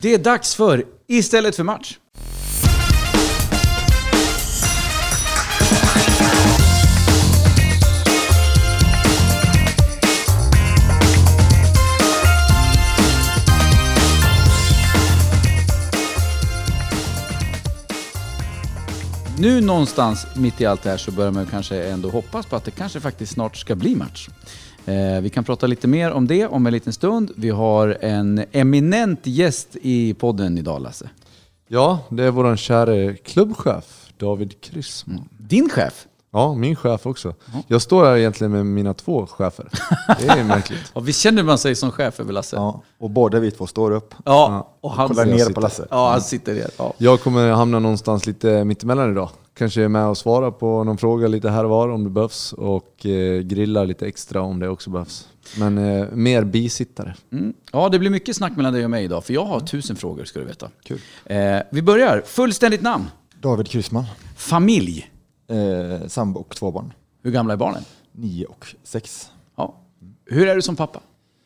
Det är dags för Istället för match. Nu någonstans mitt i allt det här så börjar man kanske ändå hoppas på att det kanske faktiskt snart ska bli match. Vi kan prata lite mer om det om en liten stund. Vi har en eminent gäst i podden idag, Lasse. Ja, det är våran kära klubbchef, David Kryssman. Din chef? Ja, min chef också. Jag står här egentligen med mina 2 chefer. Det är märkligt. Ja, vi känner man sig som chef över Lasse. Ja, och båda vi 2 står upp. Ja, och han kollar ner på Lasse. Ja, han sitter ner. Ja. Jag kommer hamna någonstans lite mittemellan idag. Kanske är med och svara på någon fråga lite här och var om det behövs. Och grilla lite extra om det också behövs. Men mer bisittare. Ja, det blir mycket snack mellan dig och mig idag. För jag har 1000 frågor, ska du veta. Kul. Vi börjar. Fullständigt namn. David Kryssman. Familj. Sambo och 2 barn. Hur gamla är barnen? 9 och 6. Ja. Hur är du som pappa?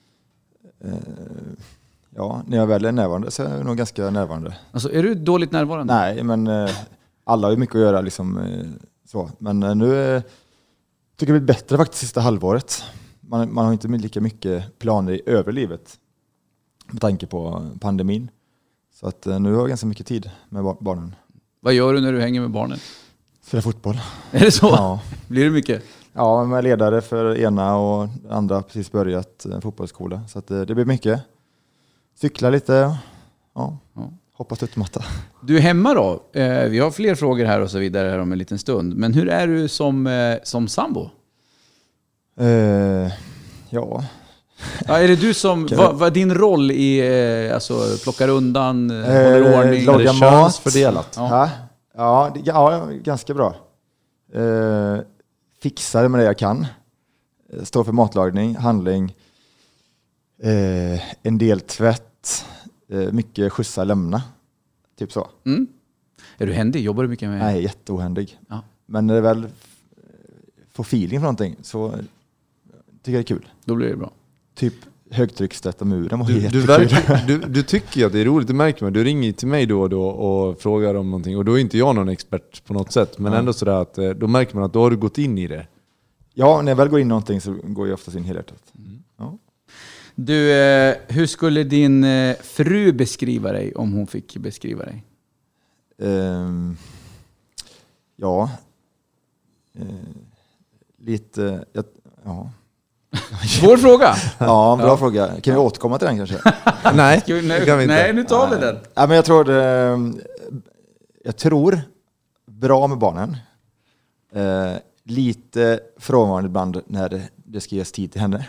Ja, när jag väl är närvarande så är jag nog ganska närvarande. Alltså, är du dåligt närvarande? Nej, men alla har ju mycket att göra liksom, så. Men nu tycker jag det blir bättre faktiskt sista halvåret. Man har inte lika mycket planer i överlivet med tanke på pandemin. Så att nu har jag ganska mycket tid med barnen. Vad gör du när du hänger med barnen? Spela fotboll. Är det så? Ja. Blir det mycket? Ja, men jag är ledare för ena och andra har precis börjat fotbollsskola. Så att det blir mycket. Cykla lite. Ja. Hoppa studsmatta. Du är hemma då? Vi har fler frågor här och så vidare här om en liten stund. Men hur är du som sambo? Ja. Ja, är det du som... Vad är din roll i... alltså, plockar undan, håller ordning? Laga mat. Fördelat. Ja, ganska bra. Fixar med det jag kan. Står för matlagning, handling. En del tvätt. Mycket skjutsa, lämna. Typ så. Är du händig? Jobbar du mycket med... Nej, jätteohändig. Ja. Men när det väl får feeling för någonting så tycker jag det är kul. Då blir det bra. Typ högtrycksstötta muren var du tycker ju att det är roligt, det märker man. Du ringer till mig då och då och frågar om någonting. Och då är inte jag någon expert på något sätt. Men ändå sådär att då märker man att då har du gått in i det. Ja, när jag väl går in i någonting så går jag oftast in helhjärtat. Ja. Du, hur skulle din fru beskriva dig om hon fick beskriva dig? Lite... Ja. Svår fråga. Ja, bra fråga. Kan vi återkomma till den kanske? Nej, nej, nu tar vi den. Ja, men jag tror bra med barnen. Lite frånvarande ibland när det ska ges tid till henne.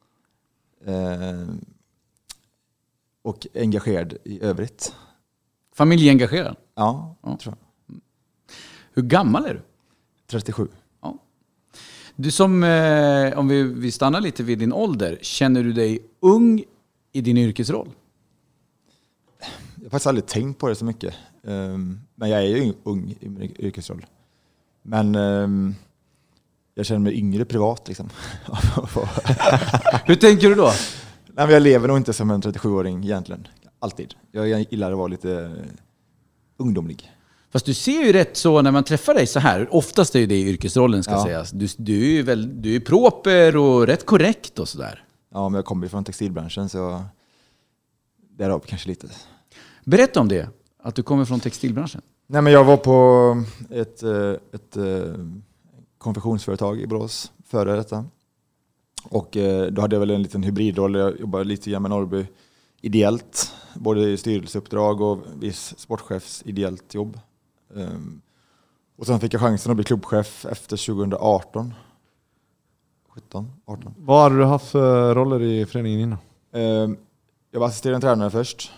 Och engagerad i övrigt. Familjeengagerad? Ja, tror jag. Hur gammal är du? 37. Ja. Du som, om vi stannar lite vid din ålder, känner du dig ung i din yrkesroll? Jag har faktiskt aldrig tänkt på det så mycket. Men jag är ju ung i min yrkesroll. Men jag känner mig yngre privat liksom. Hur tänker du då? Nej, men jag lever nog inte som en 37-åring egentligen. Alltid. Jag gillar att vara lite ungdomlig. Fast du ser ju rätt så när man träffar dig så här. Oftast är ju det i yrkesrollen ska sägas. Du är proper och rätt korrekt och sådär. Ja, men jag kommer ju från textilbranschen så därav kanske lite. Berätta om det, att du kommer från textilbranschen. Nej, men jag var på ett konfektionsföretag i Borås före detta. Och då hade jag väl en liten hybridroll. Jag jobbade lite grann med Norrby ideellt. Både i styrelseuppdrag och viss sportchefs ideellt jobb. Och sen fick jag chansen att bli klubbchef efter 2018. 17-18. Vad har du haft för roller i föreningen innan? Jag var assisterande tränare först.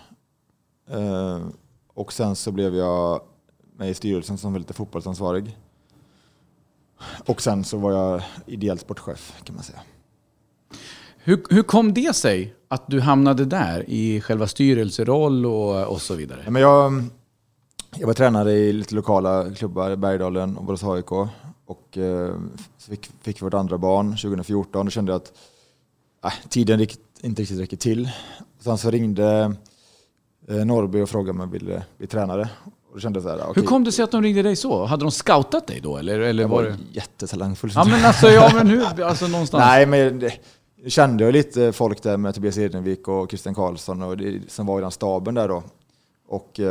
Och sen så blev jag med i styrelsen som var lite fotbollsansvarig. Och sen så var jag ideellt sportchef kan man säga. Hur kom det sig att du hamnade där i själva styrelseroll och så vidare? Ja, men jag var tränare i lite lokala klubbar i Bergdalen och Borås AIK. Och fick vårt andra barn 2014. Då kände jag att tiden inte riktigt räcker till. Och sen så ringde Norrby och frågade om jag ville bli tränare. Och då kände jag så här, Hur kom det sig att de ringde dig så? Hade de scoutat dig då? Eller jag var var det... jättetalangfull. Ja, men alltså, men hur? Alltså någonstans. Nej, men det kände jag lite folk där med Tobias Edenvik och Christian Karlsson och som var i den staben där då. Och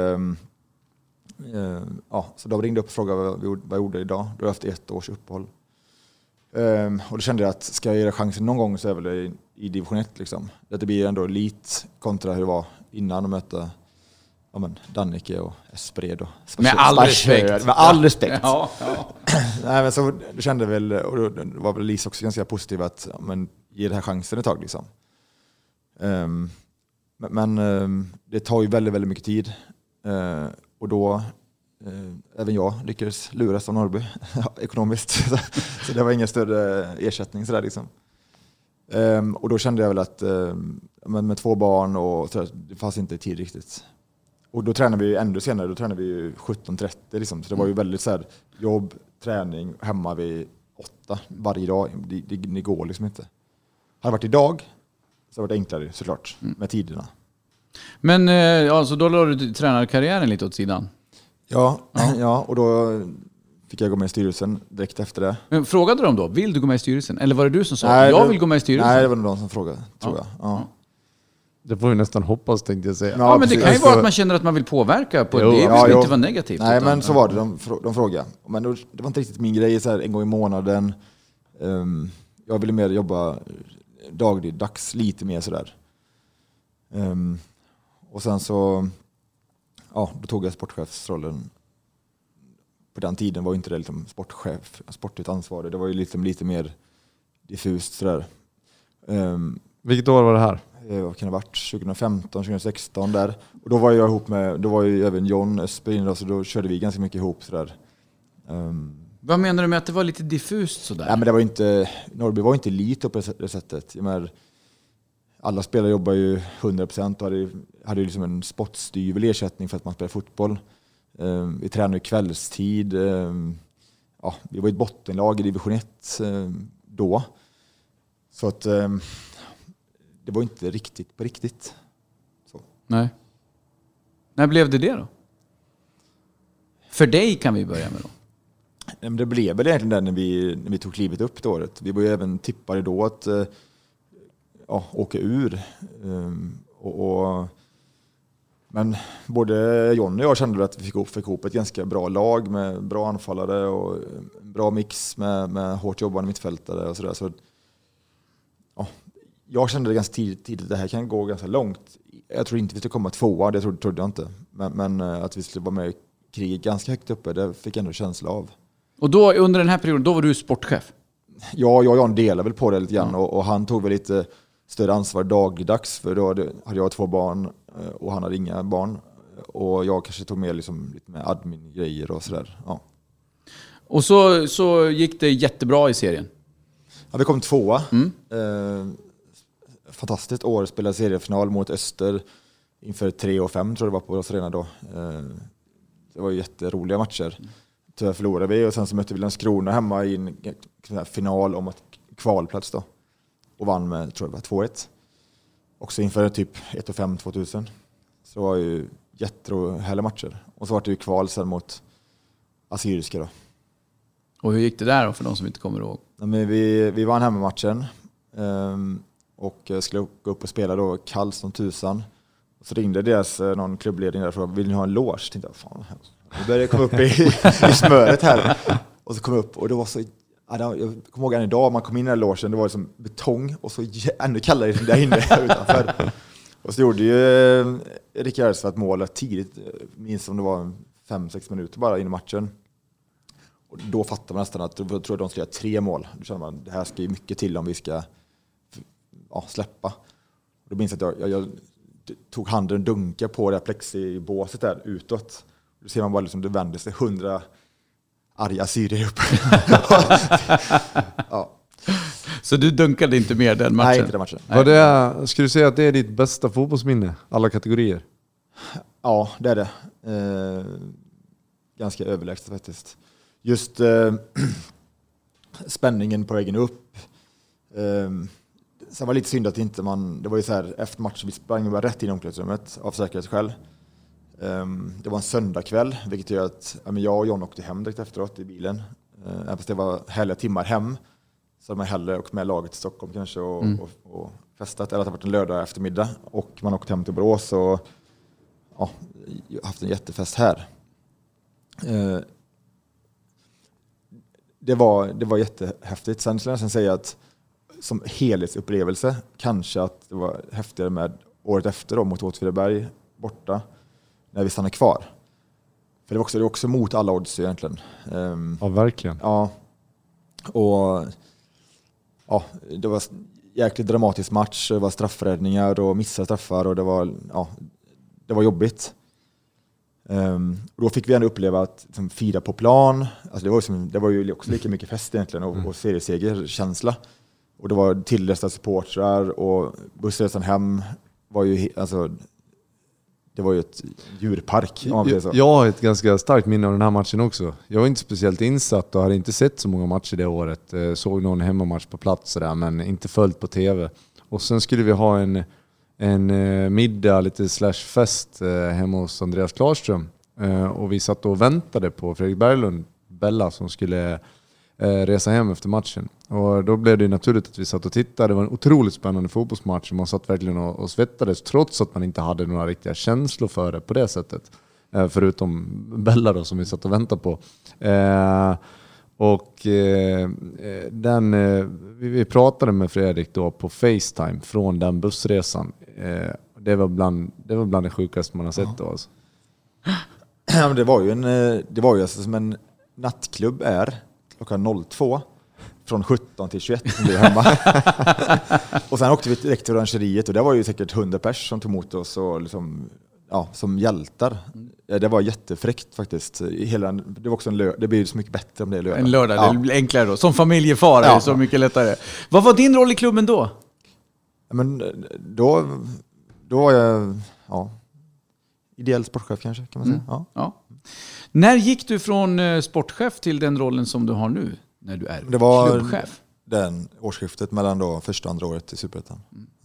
så de ringde upp och frågade vad jag gjorde idag. Då har jag haft 1 års uppehåll. Och då kände jag att ska jag ge det chansen någon gång så är väl det i division 1 liksom. Det blir ändå elit kontra hur det var innan de mötte Dannike och Espred och med all respekt. Med all respekt. Ja. Nej, men så då kände jag väl, och då var väl Lisa också ganska positiv att ge det här chansen ett tag liksom. Men det tar ju väldigt, väldigt mycket tid. Och då även jag lyckades luras av Norrby ekonomiskt. Så det var ingen större ersättning sådär liksom. Och då kände jag väl att med 2 barn och så där, det fanns inte tid riktigt. Och då tränade vi ännu senare, då tränade vi 17:30 liksom. Så det var ju väldigt så här, jobb, träning, hemma vid 8 varje dag. Det går liksom inte. Hade det varit idag så hade det varit enklare såklart med tiderna. Men alltså då la du tränarkarriären lite åt sidan? Ja, och då fick jag gå med i styrelsen direkt efter det. Men frågade de då, vill du gå med i styrelsen? Eller var det du som sa, jag vill gå med i styrelsen? Nej, det var nog de som frågade, tror jag. Ja. Det får vi nästan hoppas, tänkte jag säga. Ja, men det kan ju vara att man känner att man vill påverka på det. Det behöver inte vara negativt. Nej, men så var det. De frågade. Men det var inte riktigt min grej så här, en gång i månaden. Jag ville mer jobba dagligdags lite mer sådär. Och sen så då tog jag sportchefsrollen. På den tiden var inte det liksom sportigt ansvar. Det var ju liksom lite mer diffust sådär. Vilket år var det här? Vad kan det ha varit? 2015, 2016 där. Och då var jag ihop med, då var ju även John Ösper, så då körde vi ganska mycket ihop sådär. Vad menar du med att det var lite diffust sådär? Nej, men det var inte, Norrby var inte elit på det sättet. Jag menar, alla spelare jobbar ju 100% och hade ju liksom en spottstyvel ersättning för att man spelar fotboll. Vi tränade i kvällstid. Vi var ett bottenlag i division 1 då. Så att det var inte riktigt på riktigt. Så. Nej. När blev det då? För dig kan vi börja med då. Men det blev väl egentligen där när vi tog klivet upp det året. Vi var ju även tippade då att åka ur. Men både Jonny och jag kände att vi fick ihop ett ganska bra lag med bra anfallare och en bra mix med hårt jobbande mittfältare och sådär. Så, jag kände ganska tidigt att det här kan gå ganska långt. Jag tror inte vi skulle komma 2, det trodde jag inte. Men att vi skulle vara med i kriget ganska högt uppe, det fick jag ändå känsla av. Och då under den här perioden, då var du sportchef? Ja, jag och Jan delade väl på det lite grann och han tog väl lite större ansvar dagligdags, för då hade jag 2 barn och han hade inga barn. Och jag kanske tog med liksom lite med admin-grejer och sådär. Ja. Och så gick det jättebra i serien? Ja, vi kom 2. Fantastiskt år, spelade seriefinal mot Öster inför 3-5 tror jag det var på Borås Arena då. Det var ju jätteroliga matcher. Tyvärr förlorade vi och sen så mötte vi Landskrona hemma i en final om ett kvalplats då. Och vann med, tror jag, 2-1. Också inför typ 1-5 2000. Så det var ju jättehärliga matcher. Och så var det ju kval sen mot Assyriska då. Och hur gick det där då för de som inte kommer ihåg? Ja, men vi vann hemmamatchen. Och skulle gå upp och spela då kall som tusan. Och så ringde deras någon klubbledning där och frågade, vill ni ha en loge? Tänkte jag, fan. Vi började komma upp i smöret här. Och så kom jag upp och det var så... Jag kommer ihåg än idag, man kom in i den här logen, det var liksom betong och så ännu kallare där inne utanför. Och så gjorde ju Rickard Ersvart målet tidigt, minst om det var 5-6 minuter bara in i matchen. Och då fattar man nästan att då tror jag de skulle göra 3 mål. Då känner man, det här ska ju mycket till om vi ska släppa. Och då minns jag att jag tog handen och dunkade på det här plexibåset där utåt. Då ser man bara liksom det vänder sig 100 arga syrier upp. Ja. Så du dunkade inte mer den matchen? Nej, inte den matchen. Skulle du säga att det är ditt bästa fotbollsminne? Alla kategorier? Ja, det är det. Ganska överlägset faktiskt. Just spänningen på vägen upp. sen var det lite synd att inte det var ju så här, efter matchen vi sprang bara rätt in i omklädningsrummet av säkerhetsskäl. Det var en söndagkväll, vilket gör att jag och John åkte hem direkt efteråt i bilen. Även fast det var härliga timmar hem, så hade man hellre åkt med laget till Stockholm kanske och festat. Eller att det varit en lördag eftermiddag och man åkte hem till Borås och haft en jättefest här. Det var jättehäftigt. Sen skulle jag nästan säga att som helhetsupplevelse kanske att det var häftigare med året efter då, mot Åtvidaberg borta när vi stannade kvar. För det var också mot alla odds egentligen. Ja, verkligen. Ja. Och det var jäkligt dramatisk match. Det var straffräddningar och missade straffar och det var jobbigt. Då fick vi ändå uppleva att fira på plan. Alltså det var ju också lika mycket fest egentligen och seriesegerkänsla. Och det var tillresta supportrar och bussresan hem var ju det var ju ett djurpark. Jag har ett ganska starkt minne av den här matchen också. Jag var inte speciellt insatt och hade inte sett så många matcher det året. Såg någon hemmamatch på plats där, men inte följt på tv. Och sen skulle vi ha en middag, lite /fest hemma hos Andreas Klarström. Och vi satt och väntade på Fredrik Berglund, Bella, som skulle resa hem efter matchen. Och då blev det naturligt att vi satt och tittade. Det var en otroligt spännande fotbollsmatch. Man satt verkligen och svettades trots att man inte hade några riktiga känslor för det på det sättet. Förutom Bella då, som vi satt och väntade på. Vi pratade med Fredrik då på FaceTime från den bussresan. Det var bland det sjukaste man har sett då. Alltså. Ja, men det var ju alltså som en nattklubb är klockan 02 från 17 till 21 som vi är hemma. Och sen åkte vi direkt till orangeriet och det var ju säkert 100 pers som tog emot oss och liksom, som hjältar. Det var jättefräckt faktiskt. Det var också det blir så mycket bättre om det är lördag. En lördag, det blir enklare då. Som familjefar är det så mycket lättare. Vad var din roll i klubben då? Men då var jag ideell sportchef kanske, kan man säga. Ja. När gick du från sportchef till den rollen som du har nu, när du är klubbchef? Den årsskiftet mellan då första och andra året i Superettan.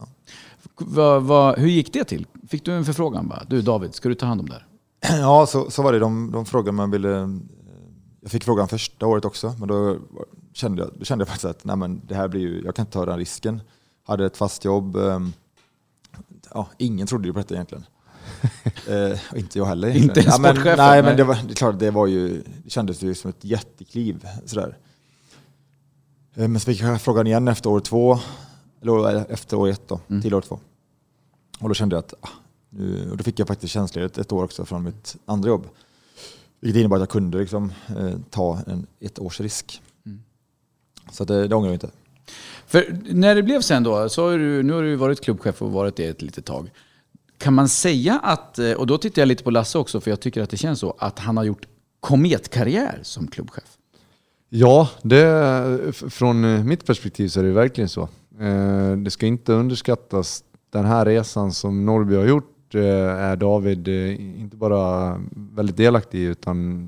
Hur gick det till? Fick du en förfrågan bara? Du David, ska du ta hand om det här? Ja, så var det. De frågade man ville. Jag fick frågan första året också, men då kände jag faktiskt att det här blir ju, jag kan inte ta den risken. Hade ett fast jobb. Ingen trodde ju på detta egentligen. Inte jag heller. Inte en sportchef. Nej, men det är klart, det kändes ju som ett jättekliv sådär. Men så fick jag frågan igen efter år 2 eller efter år 1 då, till år 2. Och då kände jag att och då fick jag faktiskt tjänstledigt ett år också från mitt andra jobb. Vilket innebar att jag kunde liksom ta ett års risk. Så det ångrar jag inte. För när det blev sen då, nu har du varit klubbchef och varit det ett litet tag. Kan man säga att, och då tittar jag lite på Lasse också, för jag tycker att det känns så, att han har gjort kometkarriär som klubbchef? Ja, från mitt perspektiv så är det verkligen så. Det ska inte underskattas. Den här resan som Norrby har gjort är David inte bara väldigt delaktig i, utan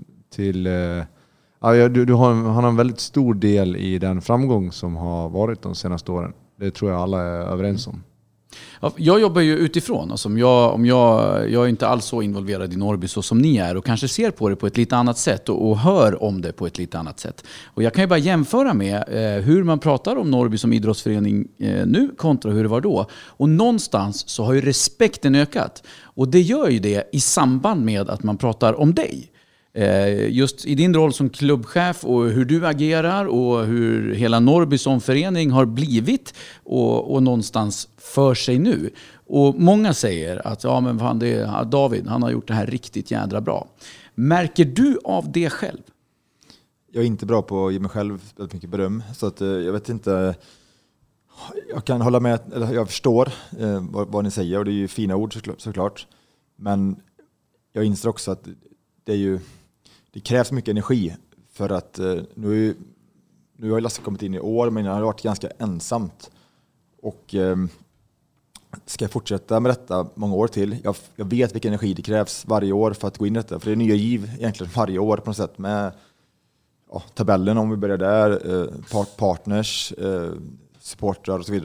han har en väldigt stor del i den framgång som har varit de senaste åren. Det tror jag alla är överens om. Ja, jag jobbar ju utifrån. Alltså jag är inte alls så involverad i Norrby så som ni är och kanske ser på det på ett lite annat sätt och hör om det på ett lite annat sätt. Och jag kan ju bara jämföra med hur man pratar om Norrby som idrottsförening nu kontra hur det var då. Och någonstans så har ju respekten ökat. Och det gör ju det i samband med att man pratar om dig. Just i din roll som klubbchef och hur du agerar och hur hela Norrby som förening har blivit och någonstans för sig nu. Och många säger att David, han har gjort det här riktigt jädra bra. Märker du av det själv? Jag är inte bra på att ge mig själv väldigt mycket beröm, så att jag vet inte. Jag kan hålla med, eller jag förstår vad ni säger och det är ju fina ord såklart. Men jag inser också att det krävs mycket energi för att nu har Lasse kommit in i år, men han har varit ganska ensamt. Och ska jag fortsätta med detta många år till. Jag vet vilken energi det krävs varje år för att gå in i detta. För det är nya giv egentligen varje år på något sätt med tabellen om vi börjar där, partners, supportrar och så vidare.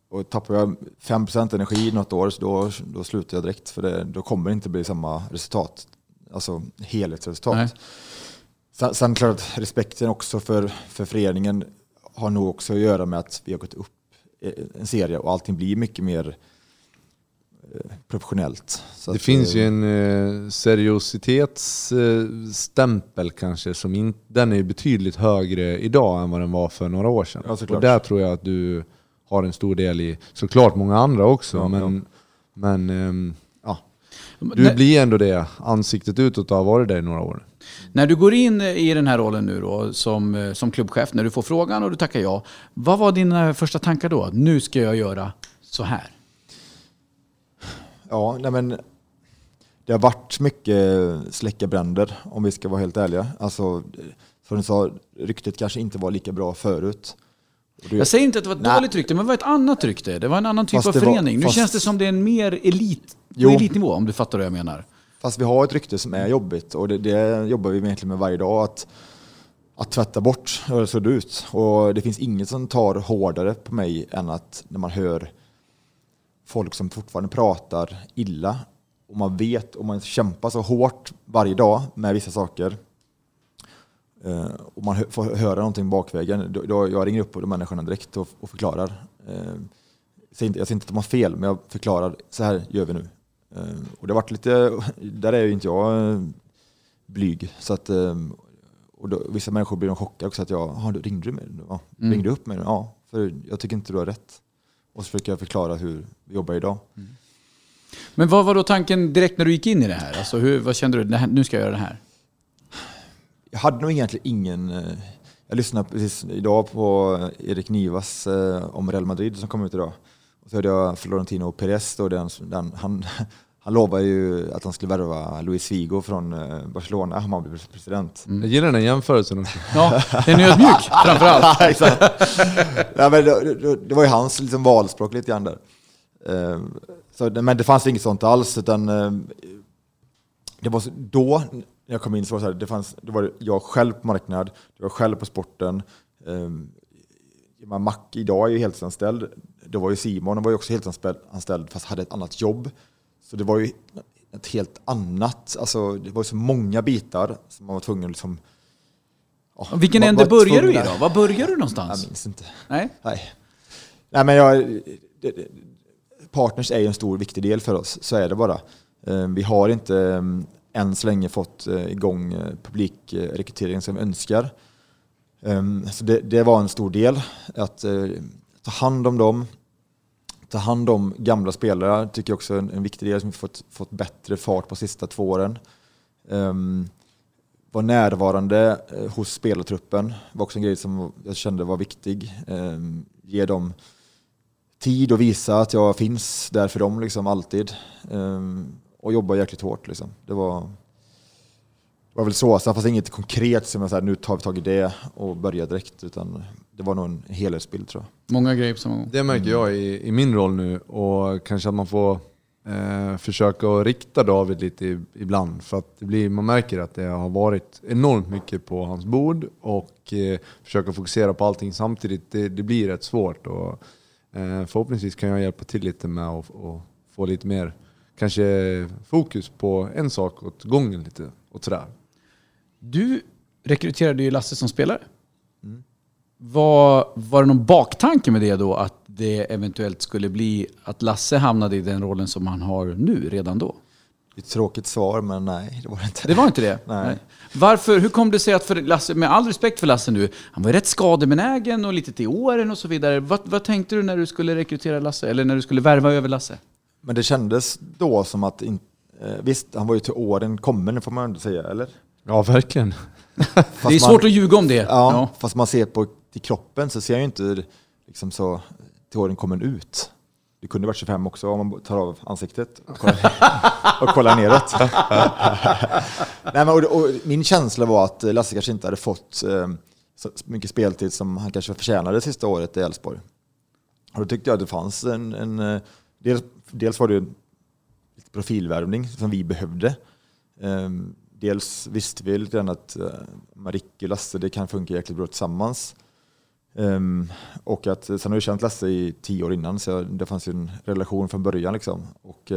Och tappar jag 5% energi något år, så då slutar jag direkt. För då kommer det inte bli samma resultat. Alltså helhetsresultat. Sen klart att respekten också för föreningen har nog också att göra med att vi har gått upp en serie och allting blir mycket mer professionellt. Så det finns ju en seriositetsstämpel kanske som den är betydligt högre idag än vad den var för några år sedan. Ja, och där tror jag att du har en stor del i, såklart många andra också, men du blir ändå det ansiktet utåt och har varit där i några år. När du går in i den här rollen nu då, som klubbchef, när du får frågan och du tackar ja, vad var dina första tankar då? Nu ska jag göra så här. Ja, men det har varit mycket släcka bränder, om vi ska vara helt ärliga. Alltså, som du sa, ryktet kanske inte var lika bra förut. Jag säger inte att det var ett dåligt rykte, men det var ett annat rykte. Det var en annan typ av förening. Nu känns det som det är en mer elitnivå, om du fattar vad jag menar. Fast vi har ett rykte som är jobbigt, och det jobbar vi egentligen med varje dag, att tvätta bort hur det såg ut. Och det finns inget som tar hårdare på mig än att när man hör folk som fortfarande pratar illa, och man vet, och man kämpar så hårt varje dag med vissa saker, och man får höra någonting bakvägen, då jag ringer upp på de människorna direkt och förklarar. Jag säger inte att de har fel, men jag förklarar, så här gör vi nu. Och det har varit lite, där är ju inte jag blyg, så att, och då, vissa människor blir chockade också, att ringde du mig? Ja, ringde du upp mig? Ja, för jag tycker inte du har rätt. Och så försöker jag förklara hur vi jobbar idag. Mm. Men vad var då tanken direkt när du gick in i det här? Alltså vad kände du, nu ska jag göra det här? Jag hade nog egentligen ingen... Jag lyssnade precis idag på Erik Nivas om Real Madrid som kom ut idag. Och så hörde jag Florentino Perez, då, han lovade ju att han skulle värva Luis Figo från Barcelona. Han blev president. Jag gillar den jämförelsen också. Ja, den är ödmjuk framförallt. Exakt. Ja, men det var ju hans liksom valspråk lite grann där. Men det fanns inget sånt alls, utan det var då när jag kom in så var det så här, det var jag själv på marknad, det var själv på sporten. Mac idag är ju heltidsanställd. Det var ju Simon, han var ju också heltidsanställd fast hade ett annat jobb. Så det var ju ett helt annat, alltså det var ju så många bitar som man var tvungen liksom... Vilken ände börjar du i då? Var börjar du någonstans? Jag minns inte. Nej, men partners är ju en stor viktig del för oss, så är det bara. Vi har inte än så länge fått igång publikrekryteringen som vi önskar. Så det var en stor del att ta hand om dem. Ta hand om gamla spelare tycker jag också är en viktig del som vi fått bättre fart på sista 2 åren. Var närvarande hos spelartruppen var också en grej som jag kände var viktig. Ge dem tid och visa att jag finns där för dem liksom alltid. Och jobba jäkligt hårt liksom. Det var väl så. Sen fanns det inget konkret som jag sa, nu tar vi tag i det och börjar direkt, utan det var nog en helhetsbild, tror jag. Många grejer som... Det märker jag i min roll nu, och kanske att man får försöka att rikta David lite ibland, för att man märker att det har varit enormt mycket på hans bord, och försöka fokusera på allting samtidigt, det blir rätt svårt, och förhoppningsvis kan jag hjälpa till lite med att få lite mer kanske fokus på en sak åt gången lite och sådär. Du rekryterade ju Lasse som spelare. Var det någon baktanke med det då, att det eventuellt skulle bli att Lasse hamnade i den rollen som han har nu redan då? Ett tråkigt svar, men nej, det var inte. Det var inte det? Nej. Varför? Hur kom det sig att för Lasse, med all respekt för Lasse nu, han var rätt skadebenägen och lite till åren och så vidare. Vad tänkte du när du skulle rekrytera Lasse, eller när du skulle värva över Lasse? Men det kändes då som att, visst, han var ju till åren kommen, får man inte säga, eller? Ja, verkligen. Det är svårt att ljuga om det. Ja, fast man ser till kroppen så ser jag ju inte liksom så till åren kommen ut. Det kunde varit 25 också om man tar av ansiktet och kollar neråt. Nej, men, och min känsla var att Lasse kanske inte hade fått så mycket speltid som han kanske förtjänade sista året i Elfsborg. Och då tyckte jag att det fanns dels var det en profilvärvning som vi behövde. Dels visste vi lite grann att Maricke och Lasse, det kan funka jäkligt bra tillsammans. Och att sen har jag känt Lasse i 10 år innan, så det fanns ju en relation från början liksom. Och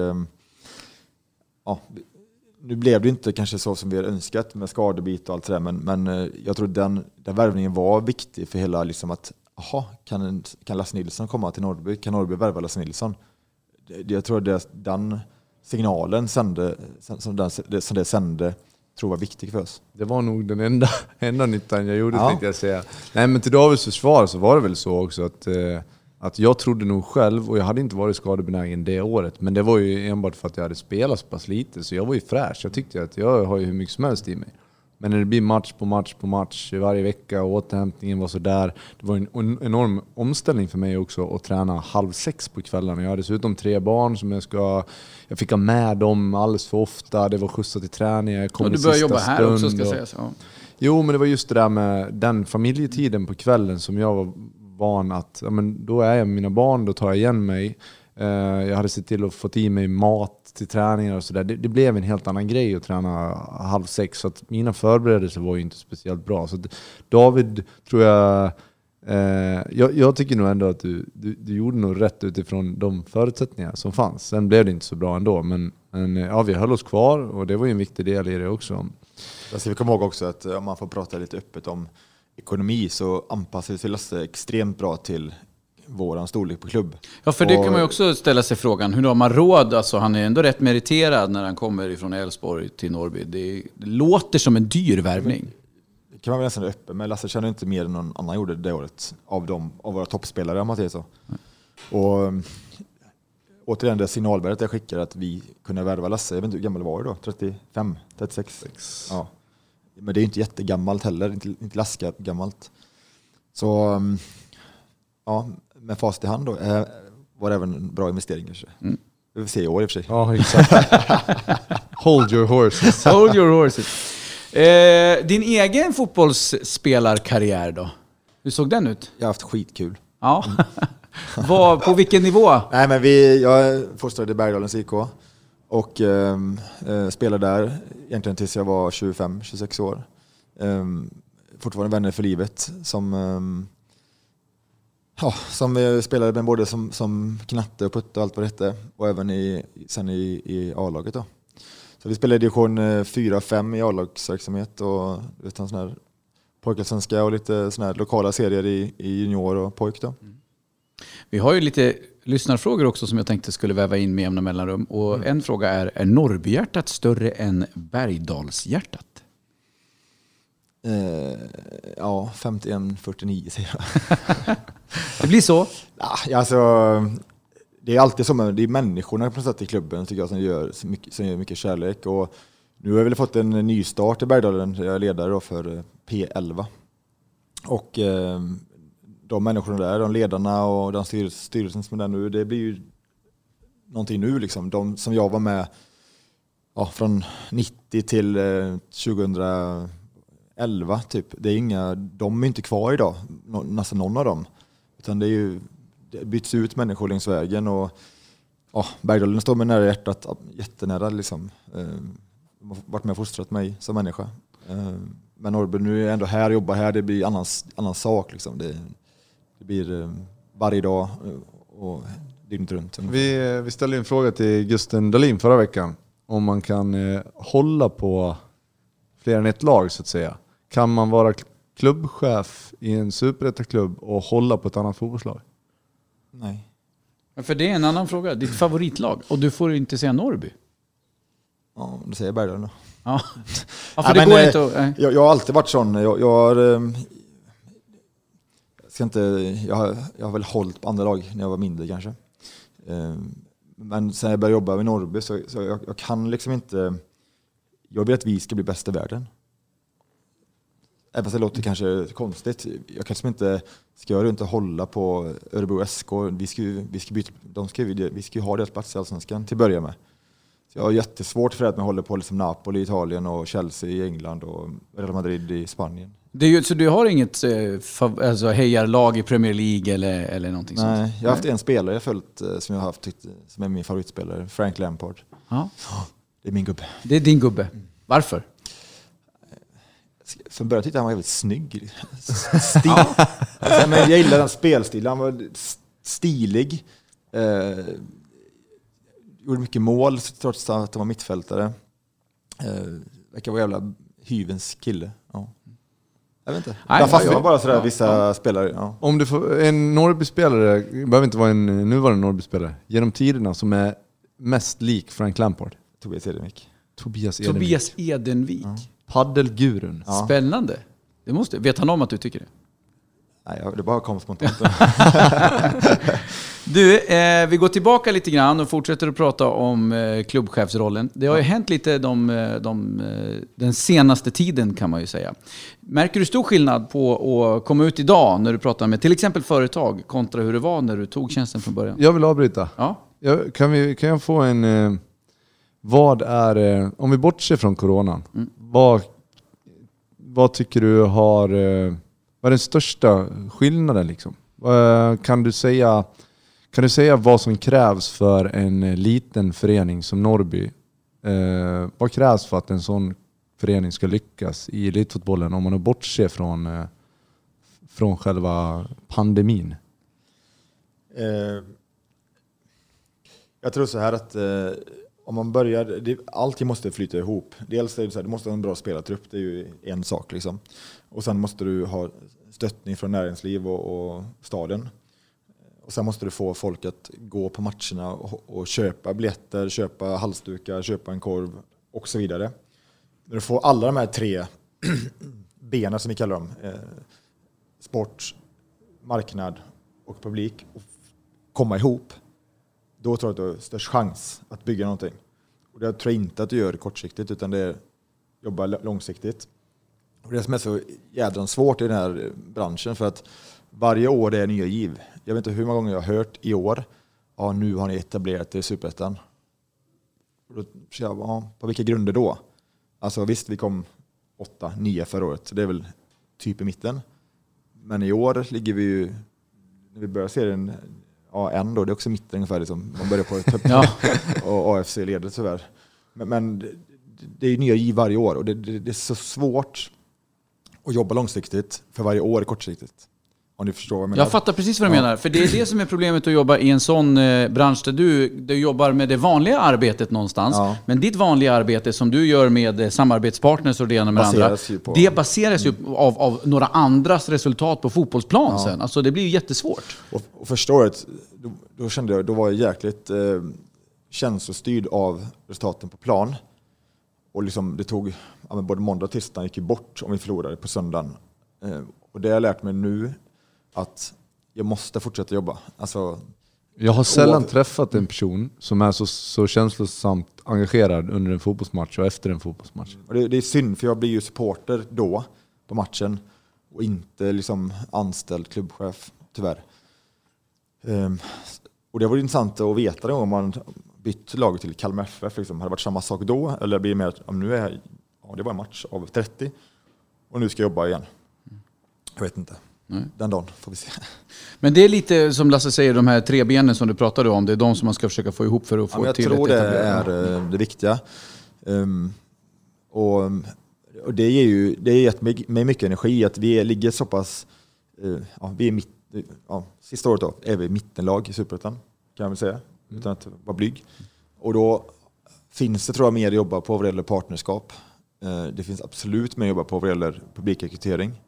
nu blev det inte kanske så som vi hade önskat med skadebit och allt det där, men jag tror den värvningen var viktig för hela liksom att kan Lasse Nilsson komma till Norrby? Kan Norrby värva Lasse Nilsson? Jag tror att den signalen som det sände tror var viktig för oss. Det var nog den enda nyttan jag gjorde, tänkte jag säga. Nej, men till Davids försvar så var det väl så också att jag trodde nog själv, och jag hade inte varit skadebenägen det året, men det var ju enbart för att jag hade spelat så pass lite, så jag var ju fräsch. Jag tyckte att jag har ju hur mycket som helst i mig. Men när det blir match på match varje vecka och återhämtningen var så där, det var en enorm omställning för mig också att träna 5:30 på kvällen. Jag har dessutom 3 barn som jag fick ha med dem alldeles för ofta. Det var skjutsat till träning. Jag kom du började jobba här också, ska sägas. Ja. Jo, men det var just det där med den familjetiden på kvällen som jag var van att, då är jag med mina barn, då tar jag igen mig. Jag hade sett till att få i mig mat till träningar och sådär. Det blev en helt annan grej att träna 5:30, så att mina förberedelser var ju inte speciellt bra. Så David, tror jag tycker nog ändå att du gjorde nog rätt utifrån de förutsättningar som fanns. Sen blev det inte så bra ändå, men vi höll oss kvar och det var ju en viktig del i det också. Jag ska komma ihåg också att om man får prata lite öppet om ekonomi, så anpassar sig Lasse extremt bra till våran storlek på klubb. Ja, för det kan man ju också ställa sig frågan. Hur har man råd? Alltså, han är ändå rätt meriterad när han kommer ifrån Älvsborg till Norrby. Det låter som en dyr värvning. Det kan man väl nästan öppet, men Lasse känner inte mer än någon annan gjorde det året av våra toppspelare, om man säger så. Och återigen, det signalvärdet jag skickar att vi kunde värva Lasse. Jag vet inte hur gammal var det då? 35? 36? Ja. Men det är inte jättegammalt heller. Inte laska gammalt. Så med fast i hand då var det även en bra investering kanske. Vi får se i år i och för sig. Ja, exakt. Hold your horses. Hold your horses. Din egen fotbollsspelarkarriär då? Hur såg den ut? Jag har haft skitkul. Ja. På vilken nivå? Nej, men jag fostrade i Bergdalens IK och spelade där egentligen tills jag var 25-26 år. Fortfarande vänner för livet som vi spelade med både som knatte och putte och allt vad det hette, och även sen i A-laget då. Så vi spelade i division 4-5 i A-lagsverksamhet och en sån här pojkallsvenska och lite såna här lokala serier i junior och pojk då. Vi har ju lite lyssnarfrågor också som jag tänkte skulle väva in med jämna mellanrum. Och en fråga är Norrbyhjärtat större än Bergdalshjärtat? 51-49 säger jag. Det blir så? Ja, alltså, det är alltid som det är människorna på något sätt i klubben tycker jag som gör mycket kärlek. Och nu har vi väl fått en ny start i Bergdalen. Jag är ledare då för P11. Och de människorna där, de ledarna och den styrelsen som är där nu, det blir ju någonting nu liksom. De som jag var med från 90 till 2011 typ. De är inte kvar idag, nästan någon av dem. Utan det byts ut människor längs vägen och Bergdalen står mig nära hjärtat, jättenära liksom. De har varit med och fostrat mig som människa. Men Norrby nu är ändå här, jobbar här, det blir annan sak liksom. Det blir varje dag och dygnet runt. Vi ställde en fråga till Gusten Dahlin förra veckan om man kan hålla på fler än ett lag så att säga. Kan man vara klubbchef i en superettaklubb och hålla på ett annat fotbollslag? Nej. För det är en annan fråga. Ditt favoritlag. Och du får inte säga Norrby. Ja, du säger Bergdalen då. Ja, för det går inte att... Jag har alltid varit sån. Jag har väl hållit på andra lag när jag var mindre kanske. Men sen jag började jobba i Norrby så jag kan liksom inte... Jag vill att vi ska bli bäst i världen. Även fast det låter kanske konstigt. Jag kanske inte ska inte hålla på Örebro SK. Vi ska ha deras plats i Allsvenskan till att börja med. Så jag har jättesvårt för att man håller på liksom Napoli i Italien och Chelsea i England och Real Madrid i Spanien. Så du har inget hejarlag i Premier League eller någonting sånt? Nej, jag har haft en spelare jag följt som jag har haft som är min favoritspelare, Frank Lampard. Ja. Det är min gubbe. Det är din gubbe. Varför? Från början tyckte jag han var jävligt snygg. Men jag gillade den spelstilen. Han var stilig. Gjorde mycket mål trots att han var mittfältare. Verkar vara jävla hyvens kille. Ja. Jag vet inte. Jag fastnar bara sådär vissa spelare. Ja. Om du får en Norrby-spelare, behöver inte vara en nuvarande Norrby-spelare, genom tiderna som är mest lik Frank Lampard. Tobias Edenvik. Ja. Paddelgurun. Ja. Spännande. Vet han om att du tycker det? Nej, det bara kom spontant. Du, vi går tillbaka lite grann och fortsätter att prata om klubbchefsrollen. Det har ju hänt lite den senaste tiden, kan man ju säga. Märker du stor skillnad på att komma ut idag när du pratar med till exempel företag kontra hur det var när du tog tjänsten från början? Jag vill avbryta. Ja. Kan jag få en... Vad är... Om vi bortser från coronan. Vad tycker du vad är den största skillnaden liksom? Kan du säga vad som krävs för en liten förening som Norrby? Vad krävs för att en sån förening ska lyckas i elitfotbollen om man bortser från själva pandemin? Jag tror så här att om man börjar, allting måste flyta ihop. Dels är det så här, du måste ha en bra spelartrupp, det är ju en sak liksom. Och sen måste du ha stöttning från näringsliv och staden. Och sen måste du få folk att gå på matcherna och köpa biljetter, köpa halsdukar, köpa en korv och så vidare. När du får alla de här 3 benen som vi kallar dem, sport, marknad och publik, och komma ihop, då tror jag att du har störst chans att bygga någonting. Och det tror jag inte att du gör kortsiktigt, utan det är jobba långsiktigt. Och det som är så jädra svårt i den här branschen, för att varje år det är nya giv. Jag vet inte hur många gånger jag har hört i år, ja nu har ni etablerat det i Superettan. Och då säger jag, på vilka grunder då? Alltså visst, vi kom 8-9 förra året, det är väl typ i mitten. Men i år ligger vi ju, när vi börjar serien, en då, det är också mitten ungefär liksom. Man börjar på topp och AFC leder tyvärr. Men det är ju nya giv varje år, och det är så svårt att jobba långsiktigt för varje år kortsiktigt. Om ni förstår vad jag menar. Jag fattar precis vad du menar. För det är det som är problemet att jobba i en sån bransch där du jobbar med det vanliga arbetet någonstans. Ja. Men ditt vanliga arbete som du gör med samarbetspartners och det ena med andra, det baseras ju av några andras resultat på fotbollsplan sen. Alltså det blir ju jättesvårt. Och första året, då kände jag, då var jag jäkligt känslostyrd av resultaten på plan. Och liksom det tog, både måndag och tisdag gick ju bort om vi förlorade på söndagen. Och det har jag lärt mig nu, att jag måste fortsätta jobba. Alltså, jag har sällan träffat en person som är så känslosamt engagerad under en fotbollsmatch och efter en fotbollsmatch. Och det är synd, för jag blir ju supporter då på matchen och inte liksom anställd klubbchef, tyvärr. Och det var intressant att veta det om man bytt lag till Kalmar FF. Liksom. Har det varit samma sak då? Eller blir det mer att nu är det var en match av 30 och nu ska jag jobba igen? Jag vet inte. Den dagen får vi se. Men det är lite som Lasse säger, de här 3 benen som du pratade om, det är de som man ska försöka få ihop för att få till. Jag tror det är det viktiga. Och det ger gett mig mycket energi att vi ligger så pass, vi är sista året då är vi mittenlag i Superettan, kan jag väl säga, utan att vara blyg. Och då finns det, tror jag, mer att jobba på vad det gäller partnerskap. Det finns absolut mer att jobba på vad det gäller publikrekrytering.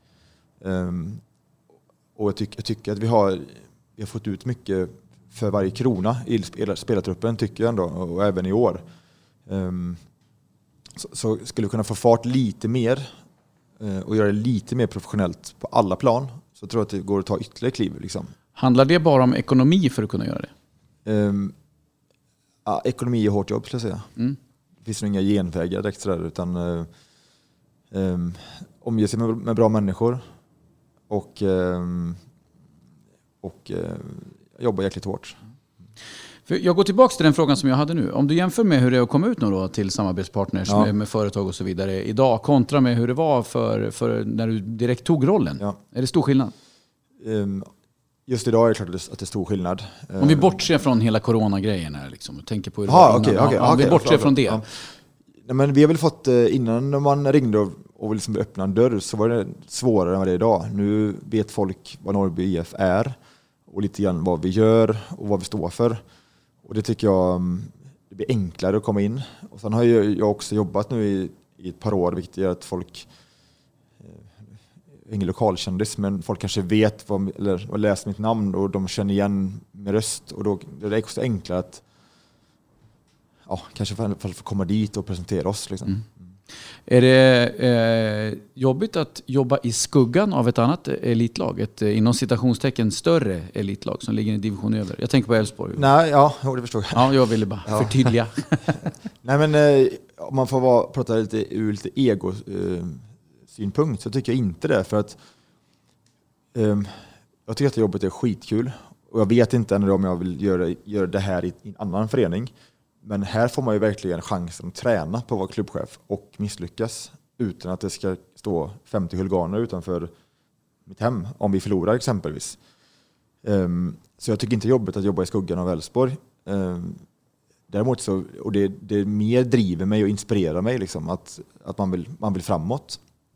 Och jag tycker att vi har fått ut mycket för varje krona i spelartruppen, tycker jag ändå, och även i år. Så skulle vi kunna få fart lite mer och göra det lite mer professionellt på alla plan, så tror jag att det går att ta ytterligare kliv. Liksom. Handlar det bara om ekonomi för att kunna göra det? Ekonomi är hårt jobb, skulle jag säga. Det finns nog inga genvägar direkt där, utan omge sig med bra människor och jobba jäkligt hårt. För jag går tillbaka till den frågan som jag hade nu. Om du jämför med hur det är att komma ut nu då till samarbetspartners med företag och så vidare idag kontra med hur det var för när du direkt tog rollen. Ja. Är det stor skillnad? Just idag är det klart att det är stor skillnad. Om vi bortser från hela coronagrejen här liksom, och tänker på hur det var innan. Om vi bortser från det. Ja. Nej, men vi har väl fått, innan man ringde och liksom öppna en dörr, så var det svårare än vad det är idag. Nu vet folk vad Norrby IF är och lite grann vad vi gör och vad vi står för. Och det tycker jag det blir enklare att komma in. Och sen har jag också jobbat nu i ett par år, vilket gör att folk, ingen lokalkändis, men folk kanske vet eller läser mitt namn och de känner igen min röst. Och då är det också enklare att kanske få komma dit och presentera oss. Liksom. Är det jobbigt att jobba i skuggan av ett annat elitlag? Ett inom citationstecken större elitlag som ligger i division över? Jag tänker på Elfsborg. Nej, det förstår jag. Ja, jag ville bara förtydliga. Nej, men om man får prata ur lite ego-synpunkt så tycker jag inte det. För att jag tycker att jobbet är skitkul. Och jag vet inte ännu om jag vill göra det här i en annan förening. Men här får man ju verkligen chansen att träna på att vara klubbchef och misslyckas utan att det ska stå 50 huliganer utanför mitt hem om vi förlorar exempelvis. Så jag tycker inte jobbet att jobba i skuggan av Elfsborg. Däremot så, och det mer driver mig och inspirerar mig liksom, att man vill framåt.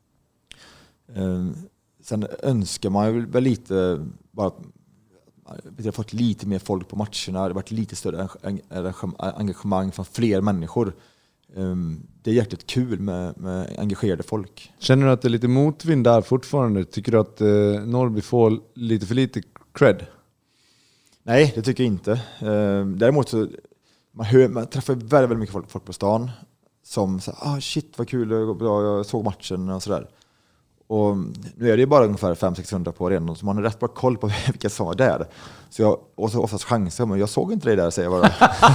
Sen önskar man väl lite bara vi har fått lite mer folk på matcherna. Det har varit lite större engagemang från fler människor. Det är jäkligt kul med engagerade folk. Känner du att det är lite motvind där fortfarande? Tycker du att Norrby får lite för lite cred? Nej, det tycker jag inte. Däremot så man träffar väldigt, väldigt mycket folk på stan som säger shit vad kul, jag såg matchen och sådär. Och nu är det bara ungefär 500-600 på arenan, så man har rätt bra koll på vilka som var där. Så jag oftast chansar, men jag såg inte det där, säger jag bara.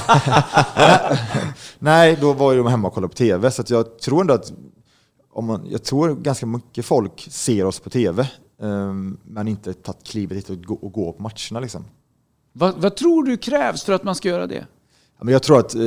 Nej, då var de hemma och kollade på tv. Så att jag tror ändå att jag tror ganska mycket folk ser oss på tv, men inte tagit klivet hit och gå på matcherna. Liksom. Vad tror du krävs för att man ska göra det? Ja, men jag tror att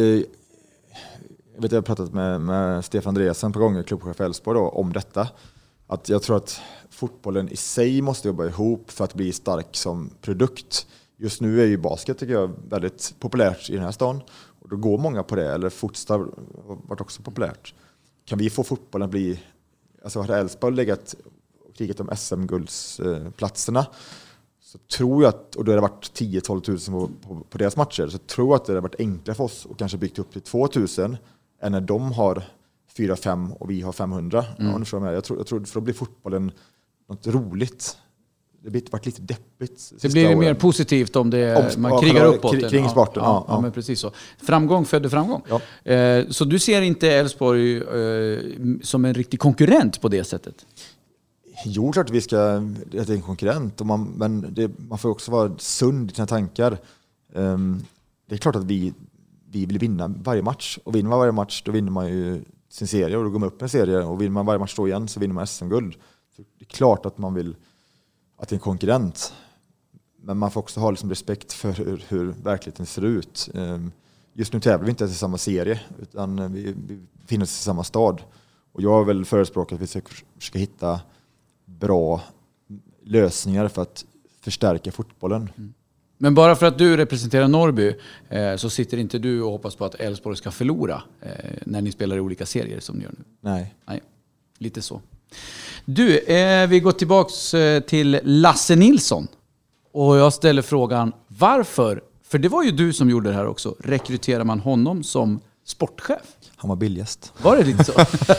jag har pratat med Stefan Andreasen på gånger, klubbchef Elfsborg, om detta. Att jag tror att fotbollen i sig måste jobba ihop för att bli stark som produkt. Just nu är ju basket, tycker jag, väldigt populärt i den här stan. Och då går många på det, eller futsal har varit också populärt. Kan vi få fotbollen att bli... Alltså hade Elfsborg legat och krigat om SM-guldsplatserna, så tror jag att, och då har det varit 10-12 000 på deras matcher, så tror jag att det har varit enklare för oss och kanske byggt upp till 2 000 än när de har 4-5 och vi har 500. Jag tror för att bli fotbollen något roligt. Det har varit lite deppigt. Det blir mer positivt om man krigar uppåt. Kring sporten. Ja, men precis så. Framgång födde framgång. Ja. Så du ser inte Elfsborg som en riktig konkurrent på det sättet? Jo, klart att det är en konkurrent. Men man får också vara sund i sina tankar. Det är klart att vi vill vinna varje match. Och vinner man varje match, då vinner man ju sin serie och då går man upp med en serie, och vinner man varje match då igen så vinner man SM-guld. Så det är klart att man vill att det är en konkurrent, men man får också ha liksom respekt för hur verkligheten ser ut. Just nu tävlar vi inte ens i samma serie, utan vi befinner oss i samma stad, och jag har väl förespråkat att vi ska hitta bra lösningar för att förstärka fotbollen. Men bara för att du representerar Norrby så sitter inte du och hoppas på att Elfsborg ska förlora när ni spelar i olika serier som ni gör nu? Nej. Lite så. Du, vi går tillbaks till Lasse Nilsson. Och jag ställer frågan, varför? För det var ju du som gjorde det här också. Rekryterar man honom som sportchef? Han var billigast. Var det lite så?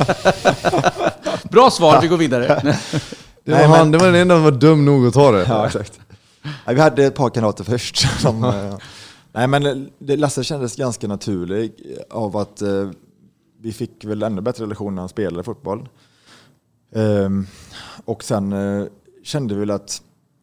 Bra svar, vi går vidare. Det var den enda som var dum nog att ta det. Ja, exakt. Vi hade ett par kandidater först. Lasse kändes ganska naturlig av att vi fick väl ännu bättre relationer när han spelade fotboll. Och sen kände vi väl att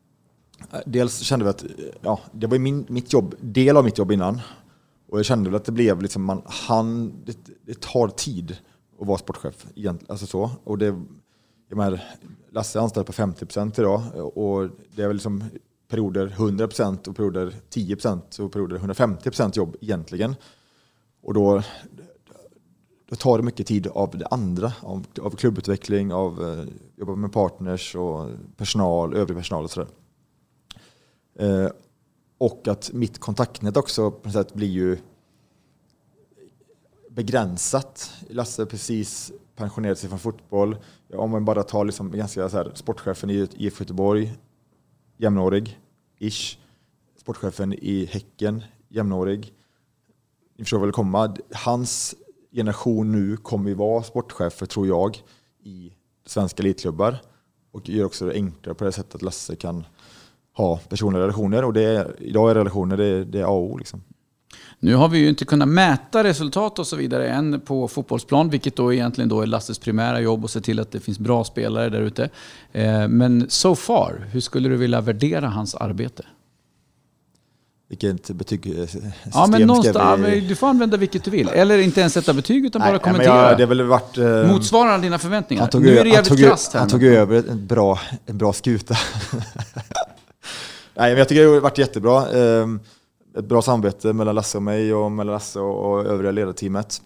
det var mitt jobb, del av mitt jobb innan. Och jag kände väl att det blev liksom det tar tid att vara sportchef egentligen, alltså så. Och Lasse är anställd på 50% idag, och det är väl liksom perioder 100% och perioder 10% och perioder 150% jobb egentligen. Och då tar det mycket tid av det andra, av klubbutveckling, av jobba med partners och övrig personal och sådär. Och att mitt kontaktnät också på något sätt blir ju... begränsat. Lasse precis pensionerat sig från fotboll. Om man bara tar liksom ganska så här, sportchefen i IF Göteborg, jämnårig, ish. Sportchefen i Häcken, jämnårig. Ni förstår väl komma. Hans generation nu kommer ju vara sportchefer, tror jag, i svenska elitklubbar. Och gör också det enklare på det sättet att Lasse kan ha personliga relationer. Och idag är relationer det är A och O liksom. Nu har vi ju inte kunnat mäta resultat och så vidare än på fotbollsplan, vilket då egentligen då är Lasses primära jobb att se till att det finns bra spelare där ute. Men so far, hur skulle du vilja värdera hans arbete? Vilket betygssystem ja, men någonstans, du får använda vilket du vill. Eller inte ens sätta betyg utan bara kommentera. Det har väl varit, motsvarar dina förväntningar. Nu är det jävligt krasst här. Han tog över en bra skuta. Nej, men jag tycker det har varit jättebra. Ett bra samarbete mellan Lasse och mig och mellan Lasse och övriga ledarteamet.